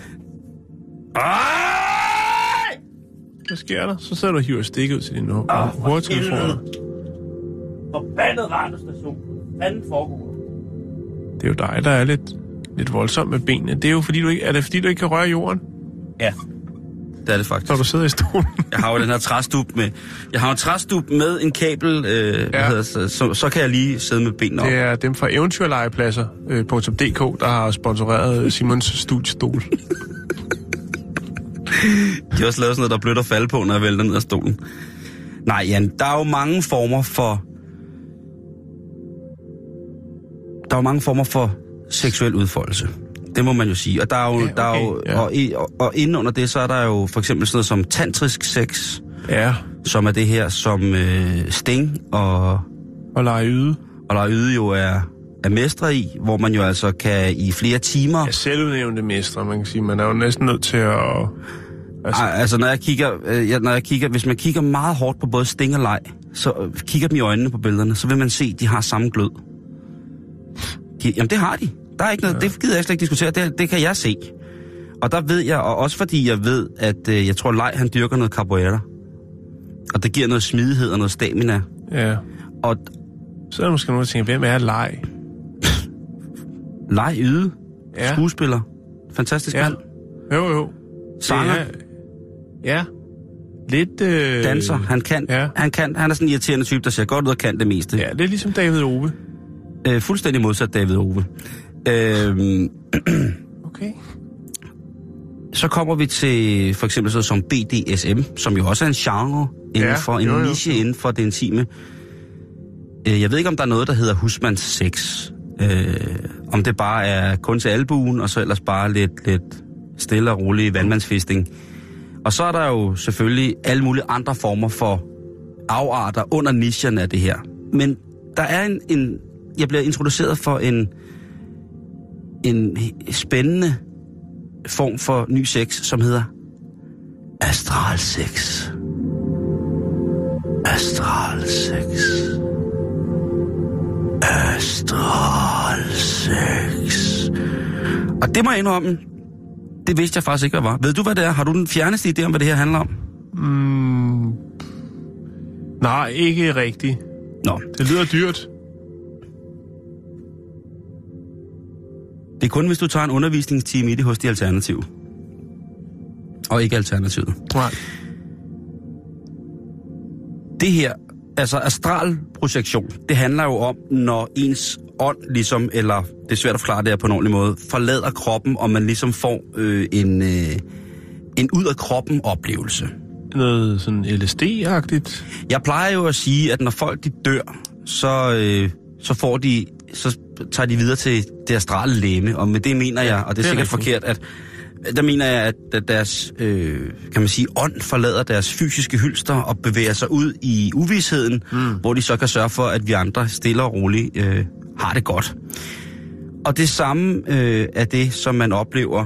[SPEAKER 5] Hvad sker der? Så sidder du og hiver stikket ud til din hovedtelefoner.
[SPEAKER 4] Forbandet radiostation. Fanden foregår.
[SPEAKER 5] Det er jo dig, der er lidt voldsomt med benene. Det er jo fordi, du ikke kan røre jorden?
[SPEAKER 4] Ja. Det er det faktisk.
[SPEAKER 5] Så du sidder i stolen.
[SPEAKER 4] Jeg har jo den her træstup med. Jeg har en træstup med en kabel, så kan jeg lige sidde med benene op.
[SPEAKER 5] Det er dem fra eventyrlegepladser.dk, der har sponsoreret Simons studiestol.
[SPEAKER 4] De har også lavet sådan noget, der er blødt at falde på, når jeg vælter ned af stolen. Nej, Jan, der er jo mange former for seksuel udfoldelse. Det må man jo sige. Og der er jo, og inden under det, så er der jo for eksempel sådan noget som tantrisk sex.
[SPEAKER 5] Ja.
[SPEAKER 4] Som er det her, som Sting og
[SPEAKER 5] lege yde.
[SPEAKER 4] Og lege yde jo er mestre i, hvor man jo altså kan i flere timer...
[SPEAKER 5] Ja, selvudnævnte mestre, man kan sige. Man er jo næsten nødt til at...
[SPEAKER 4] Altså når jeg kigger, hvis man kigger meget hårdt på både Sting og leg, så kigger dem i øjnene på billederne, så vil man se, at de har samme glød. Jamen det har de. Der er ikke noget, det gider jeg slet ikke diskutere, det kan jeg se. Og der ved jeg, og også fordi jeg ved, at jeg tror, Lej, han dyrker noget capoeira. Og det giver noget smidighed og noget stamina.
[SPEAKER 5] Ja.
[SPEAKER 4] Og
[SPEAKER 5] så er der måske nogen, der tænker, hvem er Lej?
[SPEAKER 4] Lej Yde. Ja. Skuespiller. Fantastisk mand.
[SPEAKER 5] Jo.
[SPEAKER 4] Sanger.
[SPEAKER 5] Ja. Lidt...
[SPEAKER 4] Danser. Han kan. Ja. Han er sådan en irriterende type, der ser godt ud og kan det meste.
[SPEAKER 5] Ja, det er ligesom David Ove.
[SPEAKER 4] Fuldstændig modsat David Ove.
[SPEAKER 5] Okay.
[SPEAKER 4] Så kommer vi til for eksempel så som BDSM, som jo også er en genre inden for en niche inden for det intime. Jeg ved ikke, om der er noget, der hedder husmandssex. Om det bare er kun til albuen, og så ellers bare lidt stille og rolig vandmandsfisting. Og så er der jo selvfølgelig alle mulige andre former for afarter under nichen af det her. Men der er en jeg bliver introduceret for en spændende form for ny sex, som hedder astral sex. Astral sex. Astral sex. Og det må jeg indrømme, det vidste jeg faktisk ikke, hvad var. Ved du, hvad det er? Har du den fjerneste idé om, hvad det her handler om?
[SPEAKER 5] Nej, ikke rigtigt.
[SPEAKER 4] Nå.
[SPEAKER 5] Det lyder dyrt.
[SPEAKER 4] Det er kun, hvis du tager en undervisningstime i det hos de Alternativ. Og ikke Alternativet.
[SPEAKER 5] Nej.
[SPEAKER 4] Det her, altså astralprojektion, det handler jo om, når ens ånd ligesom, eller det er svært at forklare det her på en ordentlig måde, forlader kroppen, og man ligesom får en ud af kroppen oplevelse.
[SPEAKER 5] Noget sådan LSD-agtigt?
[SPEAKER 4] Jeg plejer jo at sige, at når folk de dør, så tager de videre til det astrale legeme, og med det mener jeg, og det er sikkert forkert, at der mener jeg, at deres, kan man sige, ånd forlader deres fysiske hylster og bevæger sig ud i uvisheden, hvor de så kan sørge for, at vi andre stille og roligt har det godt. Og det samme er det, som man oplever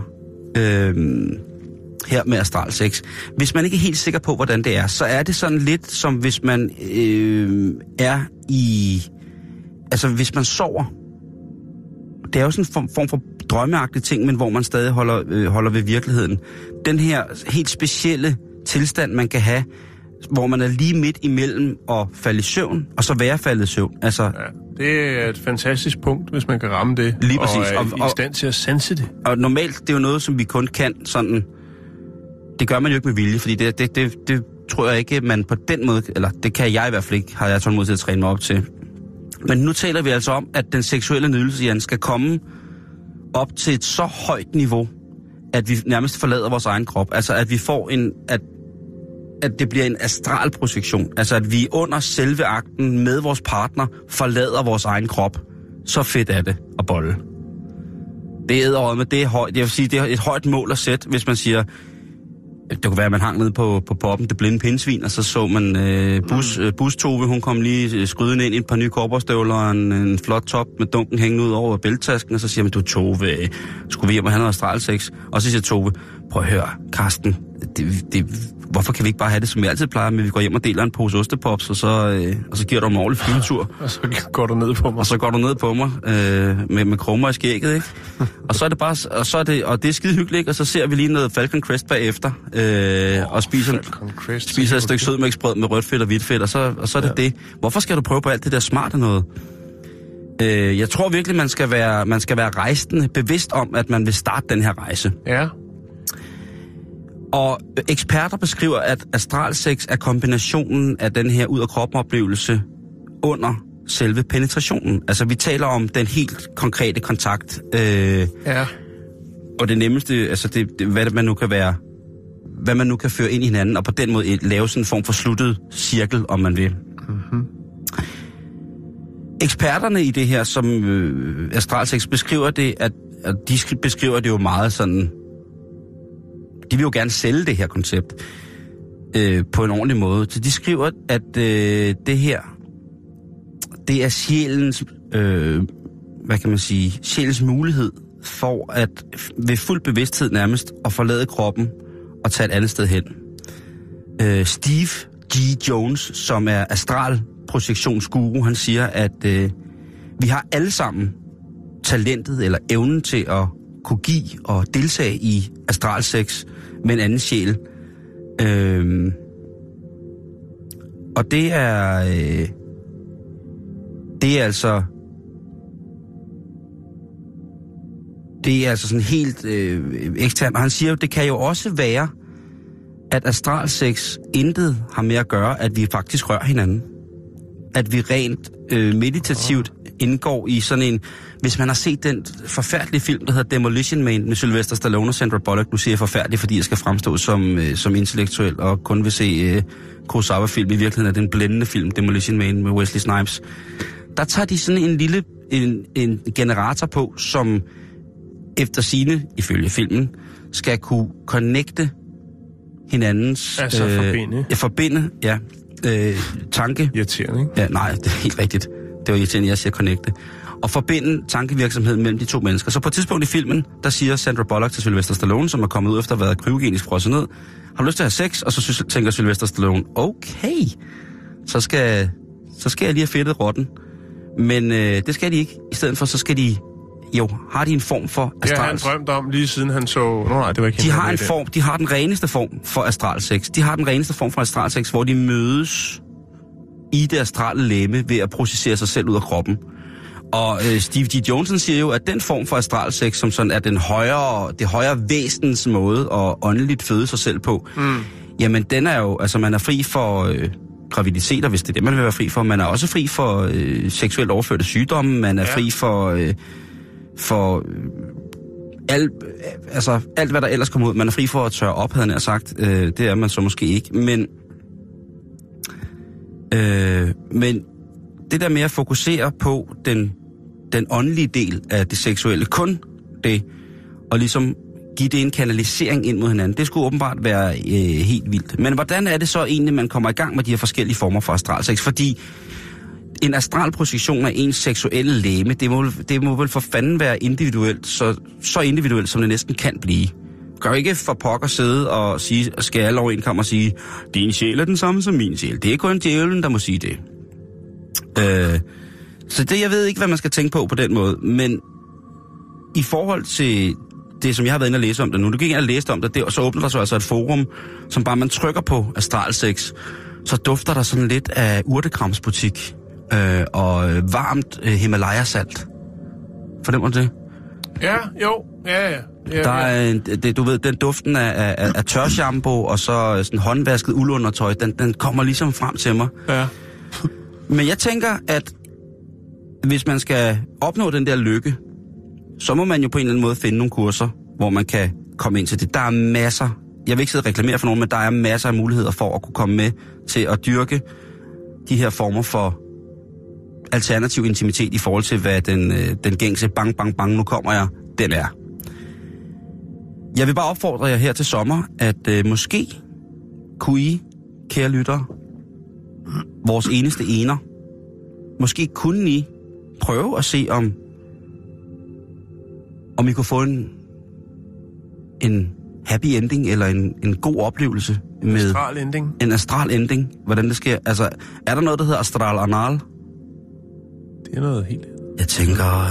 [SPEAKER 4] her med astral sex. Hvis man ikke er helt sikker på, hvordan det er, så er det sådan lidt som hvis man er i... Altså hvis man sover. Det er jo sådan en form for drømmeagtig ting, men hvor man stadig holder ved virkeligheden. Den her helt specielle tilstand, man kan have, hvor man er lige midt imellem at falde i søvn, og så være faldet i søvn. Altså,
[SPEAKER 5] ja, det er et fantastisk punkt, hvis man kan ramme det,
[SPEAKER 4] lige præcis.
[SPEAKER 5] Og er i stand til at sense det.
[SPEAKER 4] Og normalt, det er jo noget, som vi kun kan sådan... Det gør man jo ikke med vilje, fordi det tror jeg ikke, man på den måde... Eller det kan jeg i hvert fald ikke, har jeg tålmodighed til at træne mig op til. Men nu taler vi altså om, at den seksuelle nydelse, Jan, skal komme op til et så højt niveau, at vi nærmest forlader vores egen krop. Altså, at vi får at det bliver en astral projektion. Altså, at vi under selve akten med vores partner forlader vores egen krop. Så fedt er det at bolle. Det er æderøjet, men det er højt. Jeg vil sige, det er et højt mål at sætte, hvis man siger... Det kunne være, at man hang nede på poppen, det blinde pindsvin, og så man Bus-Tove, hun kom lige skrydende ind i et par nye korporstøvler og en flot top med dunken hængende ud over bælttasken, og så siger man, du Tove, skulle vi hjem og have noget astralsex? Og så siger Tove, prøv at høre, Karsten, hvorfor kan vi ikke bare have det, som vi altid plejer, men vi går hjem og deler en pose ostepops, og så giver du en ordentlig flyvetur.
[SPEAKER 5] Og så går du ned på mig.
[SPEAKER 4] Og så går du ned på mig med krummer i skægget, ikke? Og så er det bare, og det er skide hyggeligt, ikke? Og så ser vi lige noget Falcon Crest bagefter, og spiser et stykke sødmælksbrød med rødt fedt og hvidt fedt, og så er det det. Hvorfor skal du prøve på alt det der smarte noget? Jeg tror virkelig, man skal være rejsende, bevidst om, at man vil starte den her rejse.
[SPEAKER 5] Ja.
[SPEAKER 4] Og eksperter beskriver, at astralsex er kombinationen af den her ud-af-kroppen-oplevelse under selve penetrationen. Altså, vi taler om den helt konkrete kontakt.
[SPEAKER 5] Ja.
[SPEAKER 4] Og det nemmeste, altså hvad man nu kan være, hvad man nu kan føre ind i hinanden, og på den måde lave sådan en form for sluttet cirkel, om man vil. Mm-hmm. Eksperterne i det her, som astralsex beskriver det, at de beskriver det jo meget sådan... De vil jo gerne sælge det her koncept på en ordentlig måde. Så de skriver, at det her, det er sjælens, hvad kan man sige, sjælens mulighed for at ved fuld bevidsthed nærmest at forlade kroppen og tage et andet sted hen. Steve G. Jones, som er astralprojektionsguru, han siger, at vi har alle sammen talentet eller evnen til at kunne give og deltage i astralsex med en anden sjæl. Og det er altså sådan helt eksternt. Og han siger jo, det kan jo også være, at astralsex intet har med at gøre, at vi faktisk rører hinanden. At vi rent meditativt indgår i sådan en... Hvis man har set den forfærdelige film, der hedder Demolition Man med Sylvester Stallone og Sandra Bullock, nu siger jeg forfærdelig, fordi jeg skal fremstå som intellektuel og kun vil se Kurosawa-film. I virkeligheden er det en blændende film, Demolition Man med Wesley Snipes. Der tager de sådan en lille en generator på, som efter sigende, ifølge filmen, skal kunne connecte hinandens...
[SPEAKER 5] Altså
[SPEAKER 4] forbinde, ja. Tanke.
[SPEAKER 5] Irriterende, ikke?
[SPEAKER 4] Ja, nej, det er helt rigtigt. Det var irriterende, jeg siger connecte. Og forbinde tankevirksomheden mellem de to mennesker. Så på et tidspunkt i filmen, der siger Sandra Bullock til Sylvester Stallone, som er kommet ud efter at have været kryogenisk frosset ned, har du lyst til at have sex? Og så tænker Sylvester Stallone, okay, så skal jeg lige have fedtet rotten. Men det skal de ikke. I stedet for, så skal de... Jo, har de en form for astral...
[SPEAKER 5] Det har han drømt om lige siden han så... Nej, det var ikke
[SPEAKER 4] de har den reneste form for astralsex. De har den reneste form for astralsex, hvor de mødes i det astrale legeme ved at processere sig selv ud af kroppen. Og Steve G. Johnson siger jo, at den form for astralsex, som sådan er det højere væsens måde at åndeligt føde sig selv på, jamen den er jo... Altså man er fri for graviditeter, hvis det er det, man vil være fri for. Man er også fri for seksuelt overførte sygdomme. Man er fri for alt, hvad der ellers kommer ud. Man er fri for at tørre op, havde jeg sagt. Det er man så måske ikke. Men det der med at fokusere på den åndelige del af det seksuelle, kun det, og ligesom give det en kanalisering ind mod hinanden, det skulle åbenbart være helt vildt. Men hvordan er det så egentlig, man kommer i gang med de her forskellige former for astralsex? Fordi en astralprojektion af ens seksuelle legeme, det må vel for fanden være individuelt, så individuelt, som det næsten kan blive. Gør ikke for pokker sidde og sige, skal alle over en komme og sige, din sjæl er den samme som min sjæl. Det er kun djævlen, der må sige det. Så det, jeg ved ikke, hvad man skal tænke på den måde, men i forhold til det, som jeg har været inde og læse om det nu, du gik ind og læste om det, og så åbner der så altså et forum, som bare man trykker på astralsex, så dufter der sådan lidt af urtekramsbutik og varmt Himalaya-salt. Fornemmer du det?
[SPEAKER 5] Ja, jo, ja.
[SPEAKER 4] Der er, du ved, den duften af tørshampoo og så sådan håndvasket uldundertøj, den kommer ligesom frem til mig.
[SPEAKER 5] Ja.
[SPEAKER 4] Men jeg tænker, at hvis man skal opnå den der lykke, så må man jo på en eller anden måde finde nogle kurser, hvor man kan komme ind til det. Der er masser, jeg vil ikke sidde og reklamere for nogen, men der er masser af muligheder for at kunne komme med til at dyrke de her former for alternativ intimitet i forhold til, hvad den gængse bang, bang, bang, nu kommer jeg, den er. Jeg vil bare opfordre jer her til sommer, at måske kunne I, kære lyttere, vores eneste ener, måske kunne I prøve at se, om I kunne få en happy ending, eller en god oplevelse med
[SPEAKER 5] astral ending.
[SPEAKER 4] En astral ending, hvordan det sker. Altså, er der noget, der hedder astral anal?
[SPEAKER 5] Det er noget helt...
[SPEAKER 4] Jeg tænker,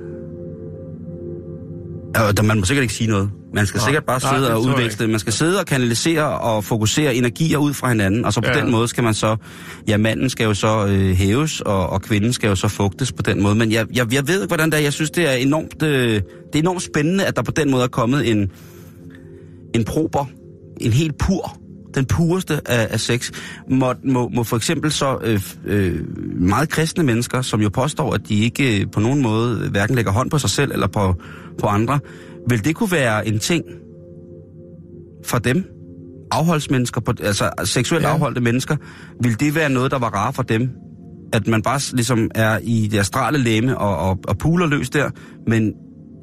[SPEAKER 4] at man må sikkert ikke sige noget. Man skal sikkert bare sidde og udveksle. Man skal sidde og kanalisere og fokusere energier ud fra hinanden, og så på den måde skal man så... Ja, manden skal jo så hæves, og kvinden skal jo så fugtes på den måde. Men jeg ved ikke, hvordan det er. Jeg synes, det er enormt spændende, at der på den måde er kommet en prober, en helt pur, den pureste af sex, må for eksempel så meget kristne mennesker, som jo påstår, at de ikke på nogen måde hverken lægger hånd på sig selv eller på andre, vil det kunne være en ting for dem, afholdsmennesker, altså seksuelt afholdte mennesker, vil det være noget, der var rart for dem, at man bare ligesom er i det astrale legeme og puler løs der, men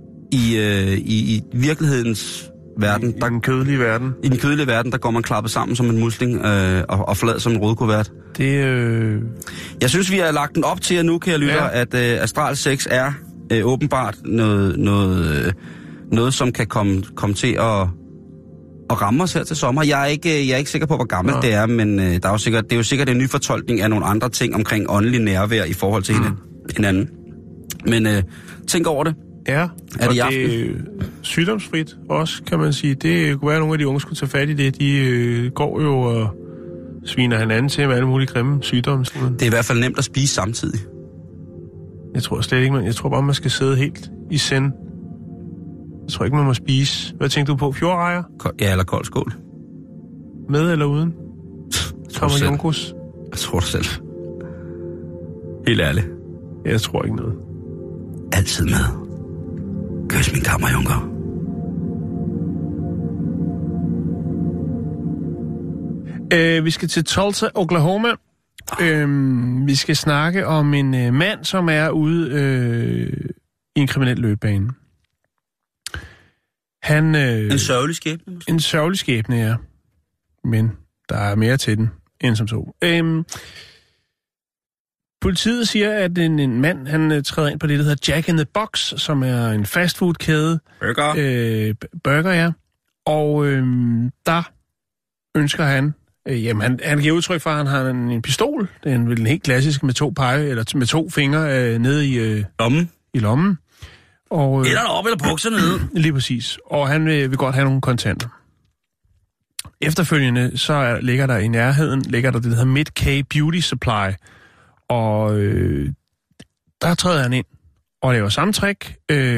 [SPEAKER 4] i virkelighedens verden,
[SPEAKER 5] I den kødelige verden.
[SPEAKER 4] I den kødelige verden, der går man klappet sammen som en musling og flad som en rødkuvert. Jeg synes, vi har lagt den op til jer nu, kære lytter, at astral sex er åbenbart noget, som kan komme til at ramme os her til sommer. Jeg er ikke sikker på, hvor gammelt det er, men det er jo sikkert en ny fortolkning af nogle andre ting omkring åndelig nærvær i forhold til hinanden. Men tænk over det.
[SPEAKER 5] Ja,
[SPEAKER 4] og det
[SPEAKER 5] er sygdomsfrit også, kan man sige. Det kunne være, at nogle af de unge skulle tage fat i det. De går jo og sviner hinanden til med alle mulige grimme sygdomme.
[SPEAKER 4] Det er i hvert fald nemt at spise samtidig.
[SPEAKER 5] Jeg tror slet ikke, jeg tror bare, man skal sidde helt i send. Jeg tror ikke, man må spise. Hvad tænker du på? Fjordrejer?
[SPEAKER 4] Ja, eller kold skål.
[SPEAKER 5] Med eller uden?
[SPEAKER 4] Jeg tror du selv. Helt ærligt.
[SPEAKER 5] Jeg tror ikke noget.
[SPEAKER 4] Altid med. Kys min kammerjunker.
[SPEAKER 5] Vi skal til Tulsa, Oklahoma. Vi skal snakke om en mand, som er ude i en kriminel løbebane.
[SPEAKER 4] En sørgelig skæbne? Måske?
[SPEAKER 5] En sørgelig skæbne, ja. Men der er mere til den, end som så. Politiet siger, at en mand, han træder ind på det, der hedder Jack in the Box, som er en fastfood-kæde. Burger, ja. Og der ønsker han, han giver udtryk for, at han har en pistol. Det er vel en helt klassisk med med to fingre nede i lommen. Og,
[SPEAKER 4] eller op eller bukser nede.
[SPEAKER 5] Lige præcis. Og han vil godt have nogle kontanter. Efterfølgende, så ligger der i nærheden, det, der hedder Mid-K Beauty Supply. Og der træder han ind og laver samme trick.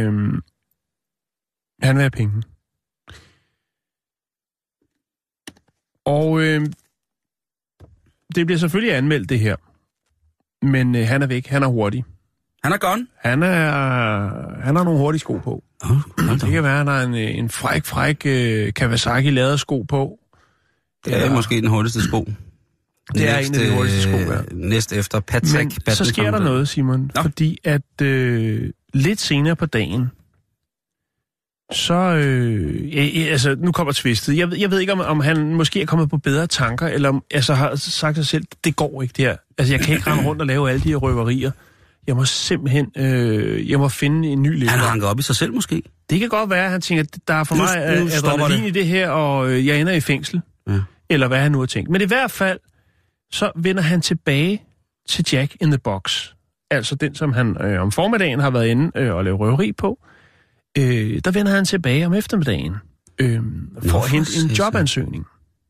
[SPEAKER 5] Han vil have penge. Og det bliver selvfølgelig anmeldt, det her. Men han er væk. Han er hurtig.
[SPEAKER 4] Han er gone?
[SPEAKER 5] Han har nogle hurtige sko på. Det kan være, at han har en fræk Kawasaki lædersko på.
[SPEAKER 4] Det er måske den hurtigste sko.
[SPEAKER 5] Det er en af de hurtigste sko, ja.
[SPEAKER 4] Næst efter Patrick.
[SPEAKER 5] Men så sker der noget, Simon. Nå. Fordi at lidt senere på dagen, så... altså, nu kommer twistet. Jeg ved ikke, om han måske er kommet på bedre tanker, eller altså, har sagt sig selv, det går ikke det her. Altså, jeg kan ikke rende rundt og lave alle de her røverier. Jeg må simpelthen jeg må finde en ny leder.
[SPEAKER 4] Han har hanket op i sig selv, måske?
[SPEAKER 5] Det kan godt være, at han tænker, der er for mig adrenalin i det her, og jeg ender i fængsel. Ja. Eller hvad han nu har tænkt. Men i hvert fald, så vender han tilbage til Jack in the Box. Altså den, som han om formiddagen har været inde og lave røveri på. Der vender han tilbage om eftermiddagen for at hente en jobansøgning.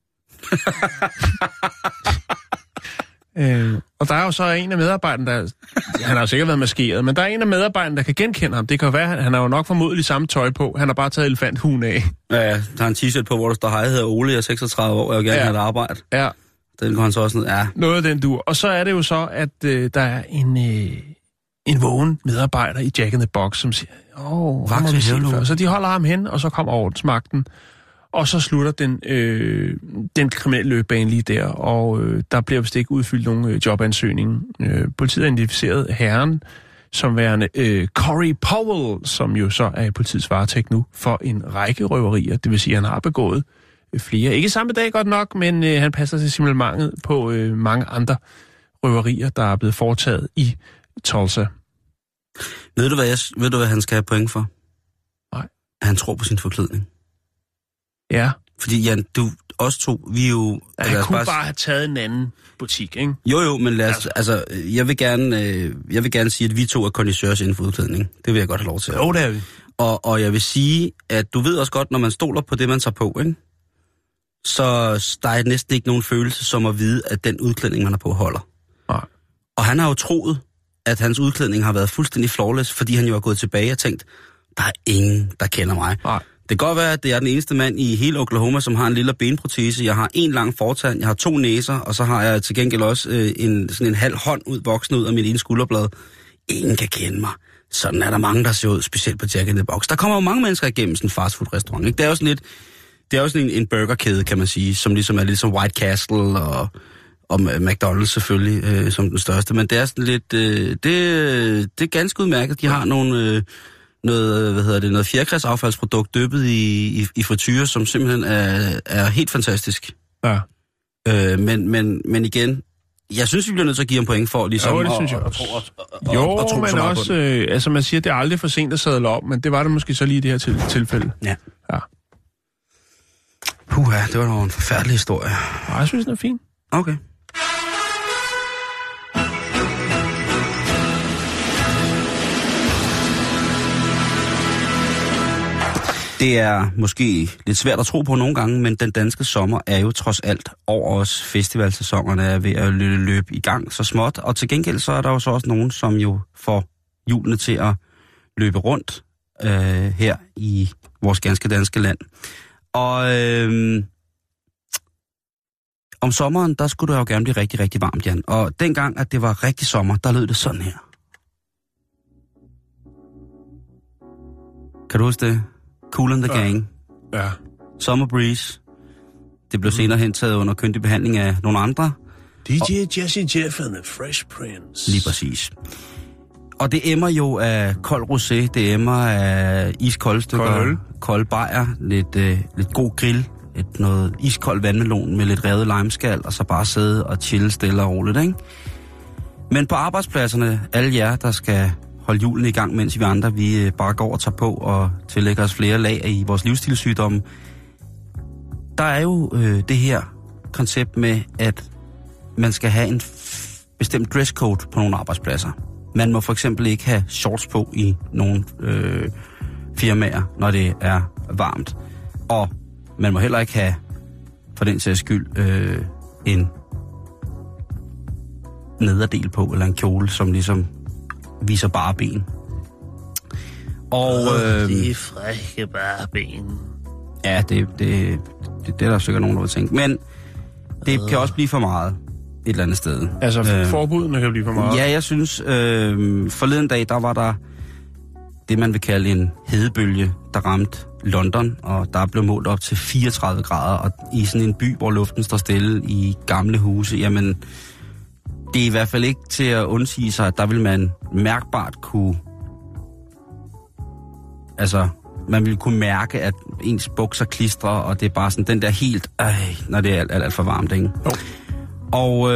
[SPEAKER 5] Og der er jo så en af medarbejderne, der... Han har jo sikkert været maskeret, men der er en af medarbejderne, der kan genkende ham. Det kan jo være, han har jo nok formodentlig samme tøj på. Han har bare taget elefanthugen af. Ja,
[SPEAKER 4] der har en t-shirt på, hvor der står, hej, jeg hedder Ole, jeg er 36 år, jeg vil gerne have et arbejde.
[SPEAKER 5] Ja.
[SPEAKER 4] Den går han så også ned, ja.
[SPEAKER 5] Noget af den dur. Og så er det jo så, at der er en vågen medarbejder i Jack in the Box, som siger, så de holder ham hen, og så kommer ordensmagten. Og så slutter den kriminelle løbebane lige der, og der bliver vist ikke udfyldt nogen jobansøgning. Politiet har identificeret herren som værende Corey Powell, som jo så er i politiets varetægt nu, for en række røverier. Det vil sige, at han har begået flere. Ikke samme dag godt nok, men han passer til simpelthen på mange andre røverier, der er blevet foretaget i Tulsa.
[SPEAKER 4] Ved du, hvad han skal have point for?
[SPEAKER 5] Nej.
[SPEAKER 4] Han tror på sin forklædning.
[SPEAKER 5] Ja.
[SPEAKER 4] Fordi Jan, os to, vi er jo...
[SPEAKER 5] Ja, han kunne bare have taget en anden butik, ikke?
[SPEAKER 4] Jo, men lad os... Altså, jeg vil gerne sige, at vi to er kondisørs inden for udklædning. Det vil jeg godt have lov til.
[SPEAKER 5] Jo, det er vi.
[SPEAKER 4] Og jeg vil sige, at du ved også godt, når man stoler på det, man tager på, ikke? Så der er næsten ikke nogen følelse som at vide, at den udklædning, man har på, holder.
[SPEAKER 5] Nej.
[SPEAKER 4] Og han har jo troet, at hans udklædning har været fuldstændig flawless, fordi han jo har gået tilbage og tænkt, der er ingen, der kender mig. Nej. Det kan godt være, at det er den eneste mand i hele Oklahoma, som har en lille benprotese. Jeg har en lang fortand, jeg har 2 næser, og så har jeg til gengæld også sådan en halv hånd voksen ud af mit ene skulderblad. Ingen kan kende mig. Sådan er der mange, der ser ud, specielt på Jack in the Box. Der kommer jo mange mennesker igennem sådan en fastfood-restaurant, ikke? Det er jo sådan en burgerkæde, kan man sige, som ligesom er lidt som White Castle og McDonald's selvfølgelig som den største. Men det er sådan lidt... det er ganske udmærket. De har noget fjerkræsaffaldsprodukt dyppet i frityre, som simpelthen er helt fantastisk.
[SPEAKER 5] Ja.
[SPEAKER 4] Men igen, jeg synes, vi bliver nødt til at give ham point for ligesom
[SPEAKER 5] jo, det synes jeg også. Jo, men også, altså man siger, det er aldrig for sent at sadle op, men det var det måske så lige i det her tilfælde.
[SPEAKER 4] Ja. Puha, det var jo en forfærdelig historie.
[SPEAKER 5] Ja, jeg synes, den er fin.
[SPEAKER 4] Okay. Det er måske lidt svært at tro på nogle gange, men den danske sommer er jo trods alt over os. Festivalsæsonerne er ved at løbe i gang så småt, og til gengæld så er der jo så også nogen, som jo får hjulene til at løbe rundt her i vores ganske danske land. Og om sommeren, der skulle det jo gerne blive rigtig, rigtig varmt, Jan. Og dengang, at det var rigtig sommer, der lød det sådan her. Kan du huske det? Kool and the Gang.
[SPEAKER 5] Ja.
[SPEAKER 4] Summer Breeze. Det blev senere hentaget under kyndig behandling af nogle andre.
[SPEAKER 5] DJ Jesse Jeff and the Fresh Prince.
[SPEAKER 4] Lige præcis. Og det emmer jo af kold rosé, det emmer af iskolde stykker, kold bajer, lidt god grill, noget iskold vandmelon med lidt revet limeskal, og så bare sidde og chille stille og roligt, ikke? Men på arbejdspladserne, alle jer, der skal holde hjulene i gang, mens vi andre, vi bare går og tager på og tillægger os flere lag i vores livsstilssygdomme. Der er jo det her koncept med, at man skal have en bestemt dresscode på nogle arbejdspladser. Man må for eksempel ikke have shorts på i nogle firmaer, når det er varmt. Og man må heller ikke have, for den sags skyld, en nederdel på, eller en kjole, som ligesom viser bare ben. Og
[SPEAKER 2] de frække bare ben.
[SPEAKER 4] Ja, det er der sikkert nogen, der vil tænke. Men det kan også blive for meget. eller andet sted.
[SPEAKER 5] Altså forbudene kan blive for meget?
[SPEAKER 4] Ja, jeg synes, forleden dag, der var der det, man vil kalde en hedebølge, der ramte London, og der blev målt op til 34 grader, og i sådan en by, hvor luften står stille i gamle huse, jamen, det er i hvert fald ikke til at undsige sig, at der vil man mærkbart kunne, altså, man vil kunne mærke, at ens bukser klistrer, og det er bare sådan den der helt, når det er alt for varmt, ikke?
[SPEAKER 5] Oh.
[SPEAKER 4] Og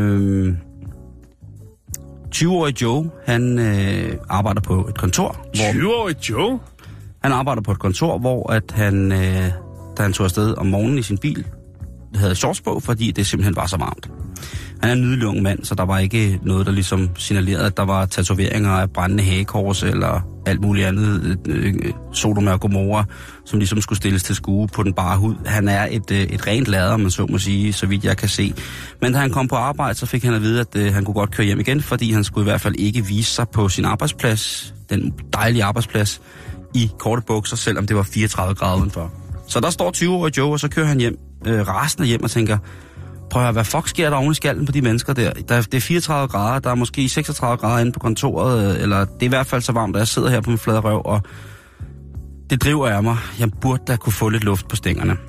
[SPEAKER 4] 20-årig Joe, han arbejder på et kontor.
[SPEAKER 5] 20-årig Joe?
[SPEAKER 4] Han arbejder på et kontor, hvor at han, da han tog afsted om morgenen i sin bil, havde shorts på, fordi det simpelthen var så varmt. Han er en nydelig ung mand, så der var ikke noget, der ligesom signalerede, at der var tatoveringer af brændende hagekors eller alt muligt andet, Sodom og Gomorra, som ligesom skulle stilles til skue på den bare hud. Han er et rent lader, man så må sige, så vidt jeg kan se. Men da han kom på arbejde, så fik han at vide, at han kunne godt køre hjem igen, fordi han skulle i hvert fald ikke vise sig på sin arbejdsplads, den dejlige arbejdsplads, i korte bukser, selvom det var 34 grader udenfor. Så der står 20-årig Joe, og så kører han hjem, rasende hjem og tænker, prøv at høre, hvad fuck sker der oven i skallen på de mennesker der? Det er 34 grader, der er måske 36 grader inde på kontoret, eller det er i hvert fald så varmt, at jeg sidder her på min flade røv, og det driver af mig. Jeg burde da kunne få lidt luft på stængerne.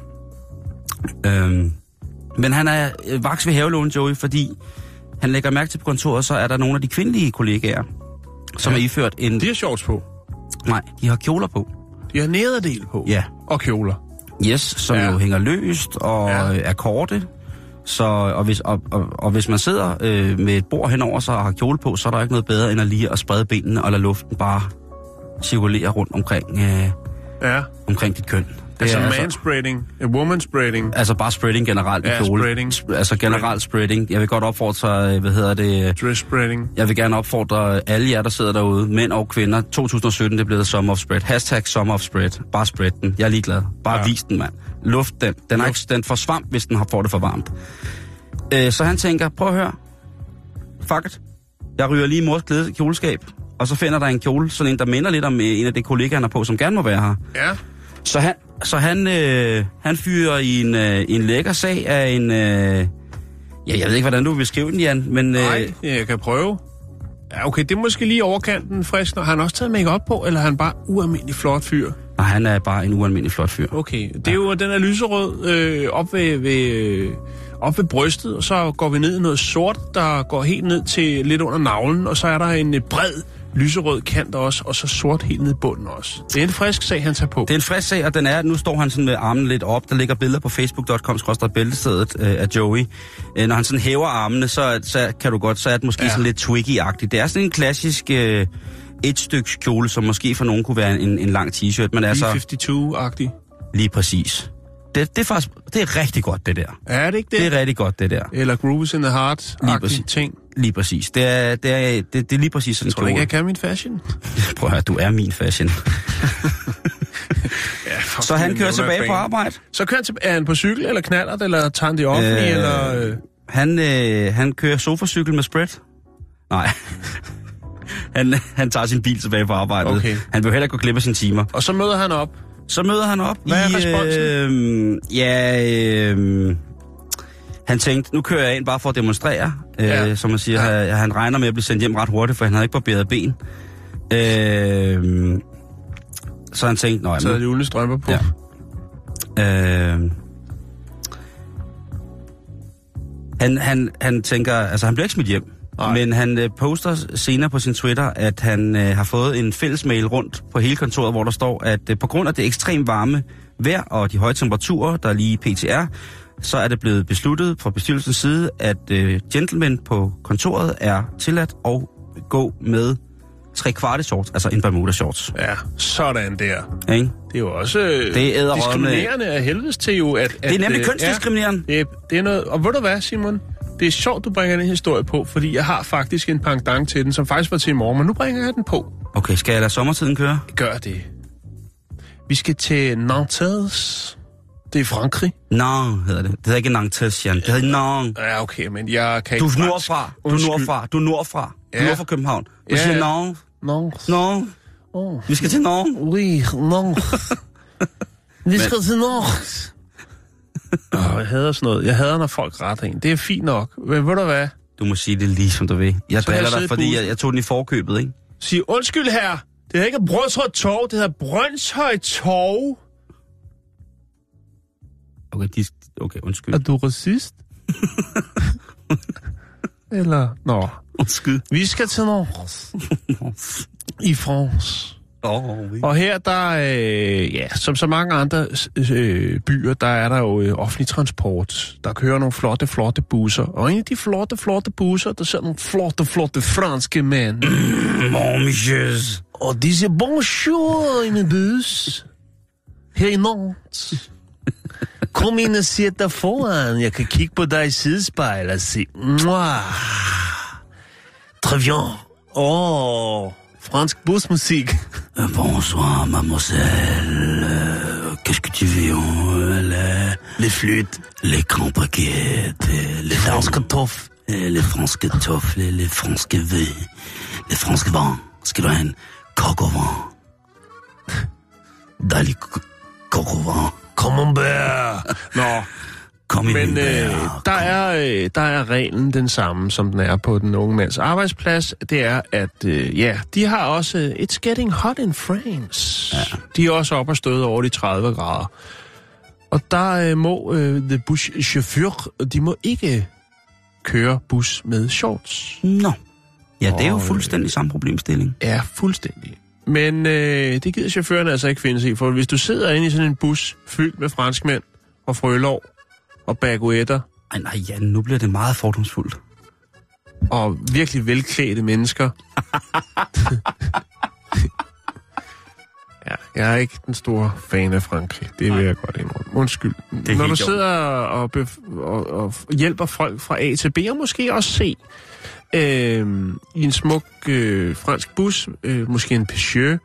[SPEAKER 4] Men han er vaks ved havelån, Joey, fordi han lægger mærke til på kontoret, så er der nogle af de kvindelige kollegaer, som har iført en...
[SPEAKER 5] De har shorts på?
[SPEAKER 4] Nej, de har kjoler på.
[SPEAKER 5] De har nederdel på?
[SPEAKER 4] Ja.
[SPEAKER 5] Og kjoler?
[SPEAKER 4] Yes, som jo hænger løst og er korte. Så, og hvis man sidder med et bord henover sig og har kjole på, så er der ikke noget bedre end at lige at sprede benene og lade luften bare cirkulere rundt omkring dit køn. Det
[SPEAKER 5] altså manspreading, womanspreading.
[SPEAKER 4] Altså bare spreading generelt i kjole.
[SPEAKER 5] Spreading.
[SPEAKER 4] Altså generelt spreading. Jeg vil godt opfordre,
[SPEAKER 5] dress spreading.
[SPEAKER 4] Jeg vil gerne opfordre alle jer, der sidder derude, mænd og kvinder. 2017, det er blevet Summer of Spread. #Summer of Spread. Bare spread den. Jeg er ligeglad. Bare vis den, mand. Luft den. Den får svamp, hvis den får det for varmt. Så han tænker, prøv at høre. Fuck it. Jeg ryger lige mors kjoleskab, og så finder der en kjole, sådan en, der minder lidt om en af de kollegaer, han er på, som gerne må være her.
[SPEAKER 5] Ja.
[SPEAKER 4] Så han fyrer i en lækker sag af en... jeg ved ikke, hvordan du vil beskrive den, Jan, men...
[SPEAKER 5] Nej, jeg kan prøve. Ja, okay, det er måske lige overkanten frisk. Har han også taget make-up på, eller er han bare ualmindelig flot fyr?
[SPEAKER 4] Nej, han er bare en ualmindelig flot fyr.
[SPEAKER 5] Okay, det er jo den er lyserød op ved brystet, og så går vi ned i noget sort, der går helt ned til lidt under navlen, og så er der en bred lyserød kant også, og så sort helt ned i bunden også. Det er en frisk sag, han tager på.
[SPEAKER 4] Det er en frisk sag, og den er, nu står han sådan med armen lidt op. Der ligger billeder på facebook.com/bæltestedet af Joey. Når han sådan hæver armene, så kan du godt, så er det måske sådan lidt Twiggy-agtigt. Det er sådan en klassisk et stykke kjole, som måske for nogen kunne være en lang t-shirt, men altså...
[SPEAKER 5] B-52-agtig.
[SPEAKER 4] Lige præcis. Det er faktisk, det er rigtig godt, det der.
[SPEAKER 5] Er det ikke det?
[SPEAKER 4] Det er rigtig godt, det der.
[SPEAKER 5] Eller Grooves in the Heart-agtig ting.
[SPEAKER 4] Lige præcis. Det er lige præcis sådan en
[SPEAKER 5] Tror du ikke, jeg kan min fashion?
[SPEAKER 4] Prøv at høre, du er min fashion. Så han kører tilbage på arbejde.
[SPEAKER 5] Så kører han er han på cykel, eller knallert, eller tager han det offentlige, eller...
[SPEAKER 4] Han kører sofacykel med spread. Nej. Han tager sin bil tilbage på arbejdet.
[SPEAKER 5] Okay.
[SPEAKER 4] Han vil heller ikke gå glip af sine timer.
[SPEAKER 5] Og så møder han op? Hvad er
[SPEAKER 4] responsen? Han tænkte, nu kører jeg ind bare for at demonstrere. Som man siger, han regner med at blive sendt hjem ret hurtigt, for han havde ikke barberet ben. Så han tænkte, nå,
[SPEAKER 5] så er det uldne strømper på.
[SPEAKER 4] Ja. Han tænker, altså han bliver ikke smidt hjem. Nej. Men han poster senere på sin Twitter, at han har fået en fælles mail rundt på hele kontoret, hvor der står, at på grund af det ekstremt varme vejr og de høje temperaturer, der er lige PTR, så er det blevet besluttet fra bestyrelsens side, at gentlemen på kontoret er tilladt at gå med 3/4 shorts, altså en Bermuda shorts.
[SPEAKER 5] Ja, sådan der.
[SPEAKER 4] Ikke?
[SPEAKER 5] Det er jo også diskriminerende af helvedes til jo, at...
[SPEAKER 4] Det er nemlig kønsdiskriminerende.
[SPEAKER 5] Ja, det er noget... Og ved du hvad, Simon? Det er sjovt, du bringer den historie på, fordi jeg har faktisk en pendant til den, som faktisk var til i morgen, men nu bringer jeg den på.
[SPEAKER 4] Okay, skal jeg lade sommertiden køre?
[SPEAKER 5] Gør det. Vi skal til Nantes. Det er Frankrig.
[SPEAKER 4] Nantes hedder det. Det hedder ikke Nantes, Jan. Det hedder Nantes.
[SPEAKER 5] Ja, okay, men jeg kan ikke...
[SPEAKER 4] Du er nordfra. Du er nordfra. Du er nord for København. Du siger Nantes. Nantes. Vi skal til Nantes.
[SPEAKER 5] Oui, Nantes. Vi skal til Nantes. Jeg hader sådan noget. Jeg hader, når folk retter en. Det er fint nok. Men ved du hvad?
[SPEAKER 4] Du må sige det lige, som du vil. Jeg driller dig, fordi jeg tog den i forkøbet, ikke?
[SPEAKER 5] Sig undskyld her. Det er ikke Brøndshøj Torv, det hedder Brøndshøj Torv.
[SPEAKER 4] Okay, undskyld.
[SPEAKER 5] Er du racist? Eller... Nå.
[SPEAKER 4] Undskyld.
[SPEAKER 5] Vi skal til Norge. I France.
[SPEAKER 4] Oui.
[SPEAKER 5] Og her, der, som så mange andre byer, der er der jo offentlig transport. Der kører nogle flotte busser. Og en af de flotte busser, der sidder nogle flotte franske mænd.
[SPEAKER 4] Bonjour.
[SPEAKER 5] Og de siger bonjour i min bus. Her i Nantes. Kom ind og sæt dig foran. Jeg kan kigge på dig i sidespejl og sige... Très bien. Fransk busmusik.
[SPEAKER 2] Bonsoir, mademoiselle. Qu'est-ce que tu veux?
[SPEAKER 5] Les flûtes.
[SPEAKER 2] Les grands baguettes. Les
[SPEAKER 5] franske kartoffel.
[SPEAKER 2] Les franske kartoffel. Les franske vin. Les franske vin. Skal du have en coq au vin? Dejlig coq au vin.
[SPEAKER 5] Camembert. Nå. Men der er reglen den samme, som den er på den unge mands arbejdsplads. Det er, at de har også... It's getting hot in France. Ja. De er også oppe og støde over de 30 grader. Og der må the buschauffeur, de må ikke køre bus med shorts.
[SPEAKER 4] Nå. Ja, det er jo fuldstændig samme problemstilling.
[SPEAKER 5] Ja, fuldstændig. Men det gider chaufføren altså ikke finde sig i, for hvis du sidder inde i sådan en bus fyldt med franskmænd og frølår, og baguetter.
[SPEAKER 4] Nej, Jan, nu bliver det meget fordomsfuldt.
[SPEAKER 5] Og virkelig velklædte mennesker. Ja, jeg er ikke den store fan af Frankrig. Det vil jeg godt indrømme. Undskyld. Når du sidder og hjælper folk fra A til B, og måske også C, i en smuk fransk bus, måske en Peugeot,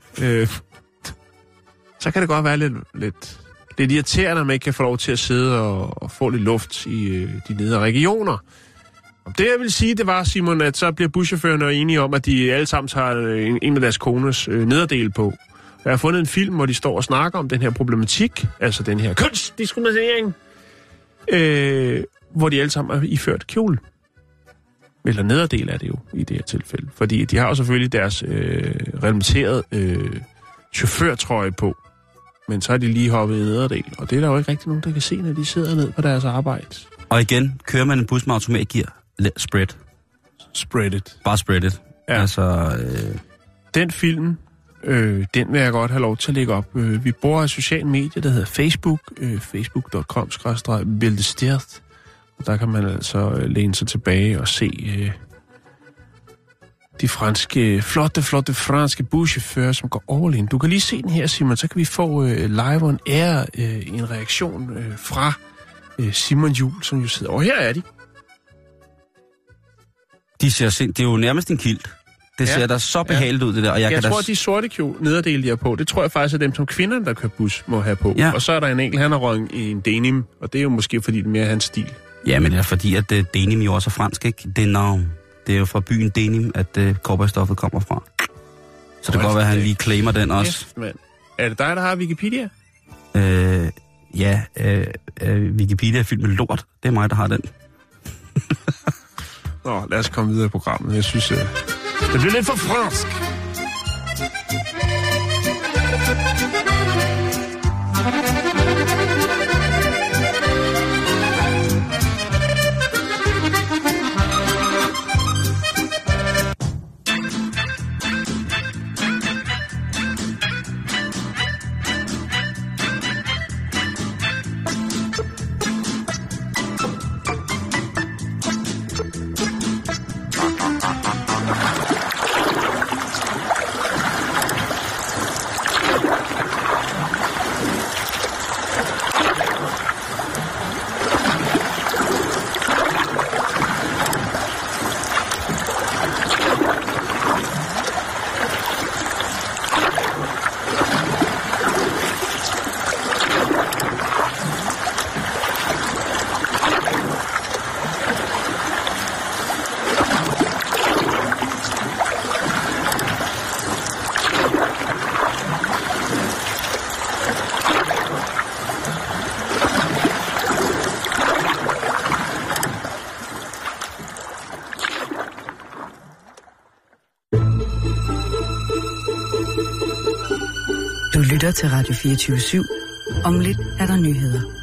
[SPEAKER 5] så kan det godt være lidt irriterende, at man ikke kan få lov til at sidde og få lidt luft i de nedre regioner. Og det jeg vil sige, det var, Simon, at så bliver buschaufførerne enige om, at de alle sammen tager en af deres kones nederdel på. Jeg har fundet en film, hvor de står og snakker om den her problematik, altså den her kønsdiskriminering, hvor de alle sammen er iført kjole. Eller nederdel er det jo i det her tilfælde. Fordi de har jo selvfølgelig deres reglementerede chaufførtrøje på. Men så er de lige hoppet i nederdel, og det er der jo ikke rigtig nogen, der kan se, når de sidder ned på deres arbejde.
[SPEAKER 4] Og igen, kører man en bus med automatgear, spread.
[SPEAKER 5] Spread it.
[SPEAKER 4] Bare spread it.
[SPEAKER 5] Ja.
[SPEAKER 4] Altså,
[SPEAKER 5] Den film, den vil jeg godt have lov til at lægge op. Vi bruger et socialt medie, der hedder Facebook, facebook.com/bildestert. Og der kan man altså læne sig tilbage og se de flotte franske buschauffører, som går all in. Du kan lige se den her, Simon, så kan vi få live on air en reaktion fra Simon Juhl, som jo sidder. Og her er de.
[SPEAKER 4] Det er jo nærmest en kilt. Det ser da så behageligt ud, det der. Og
[SPEAKER 5] jeg tror, at de sorte nederdele, de er på, det tror jeg faktisk er dem, som kvinderne, der kører bus, må have på. Ja. Og så er der en enkelt, han har røget i en denim, og det er jo måske, fordi det er mere hans stil.
[SPEAKER 4] Ja, men det er fordi, at denim jo også er fransk, ikke? Det er jo fra byen Denim, at cowboystoffet kommer fra. Så det kan godt være, at han lige claimer den også.
[SPEAKER 5] Mand. Er det dig, der har Wikipedia?
[SPEAKER 4] Wikipedia er fyldt med lort. Det er mig, der har den.
[SPEAKER 5] Nå, lad os komme videre i programmet. Jeg synes, det bliver lidt for fransk.
[SPEAKER 1] Du lytter til Radio 24/7. Om lidt er der nyheder.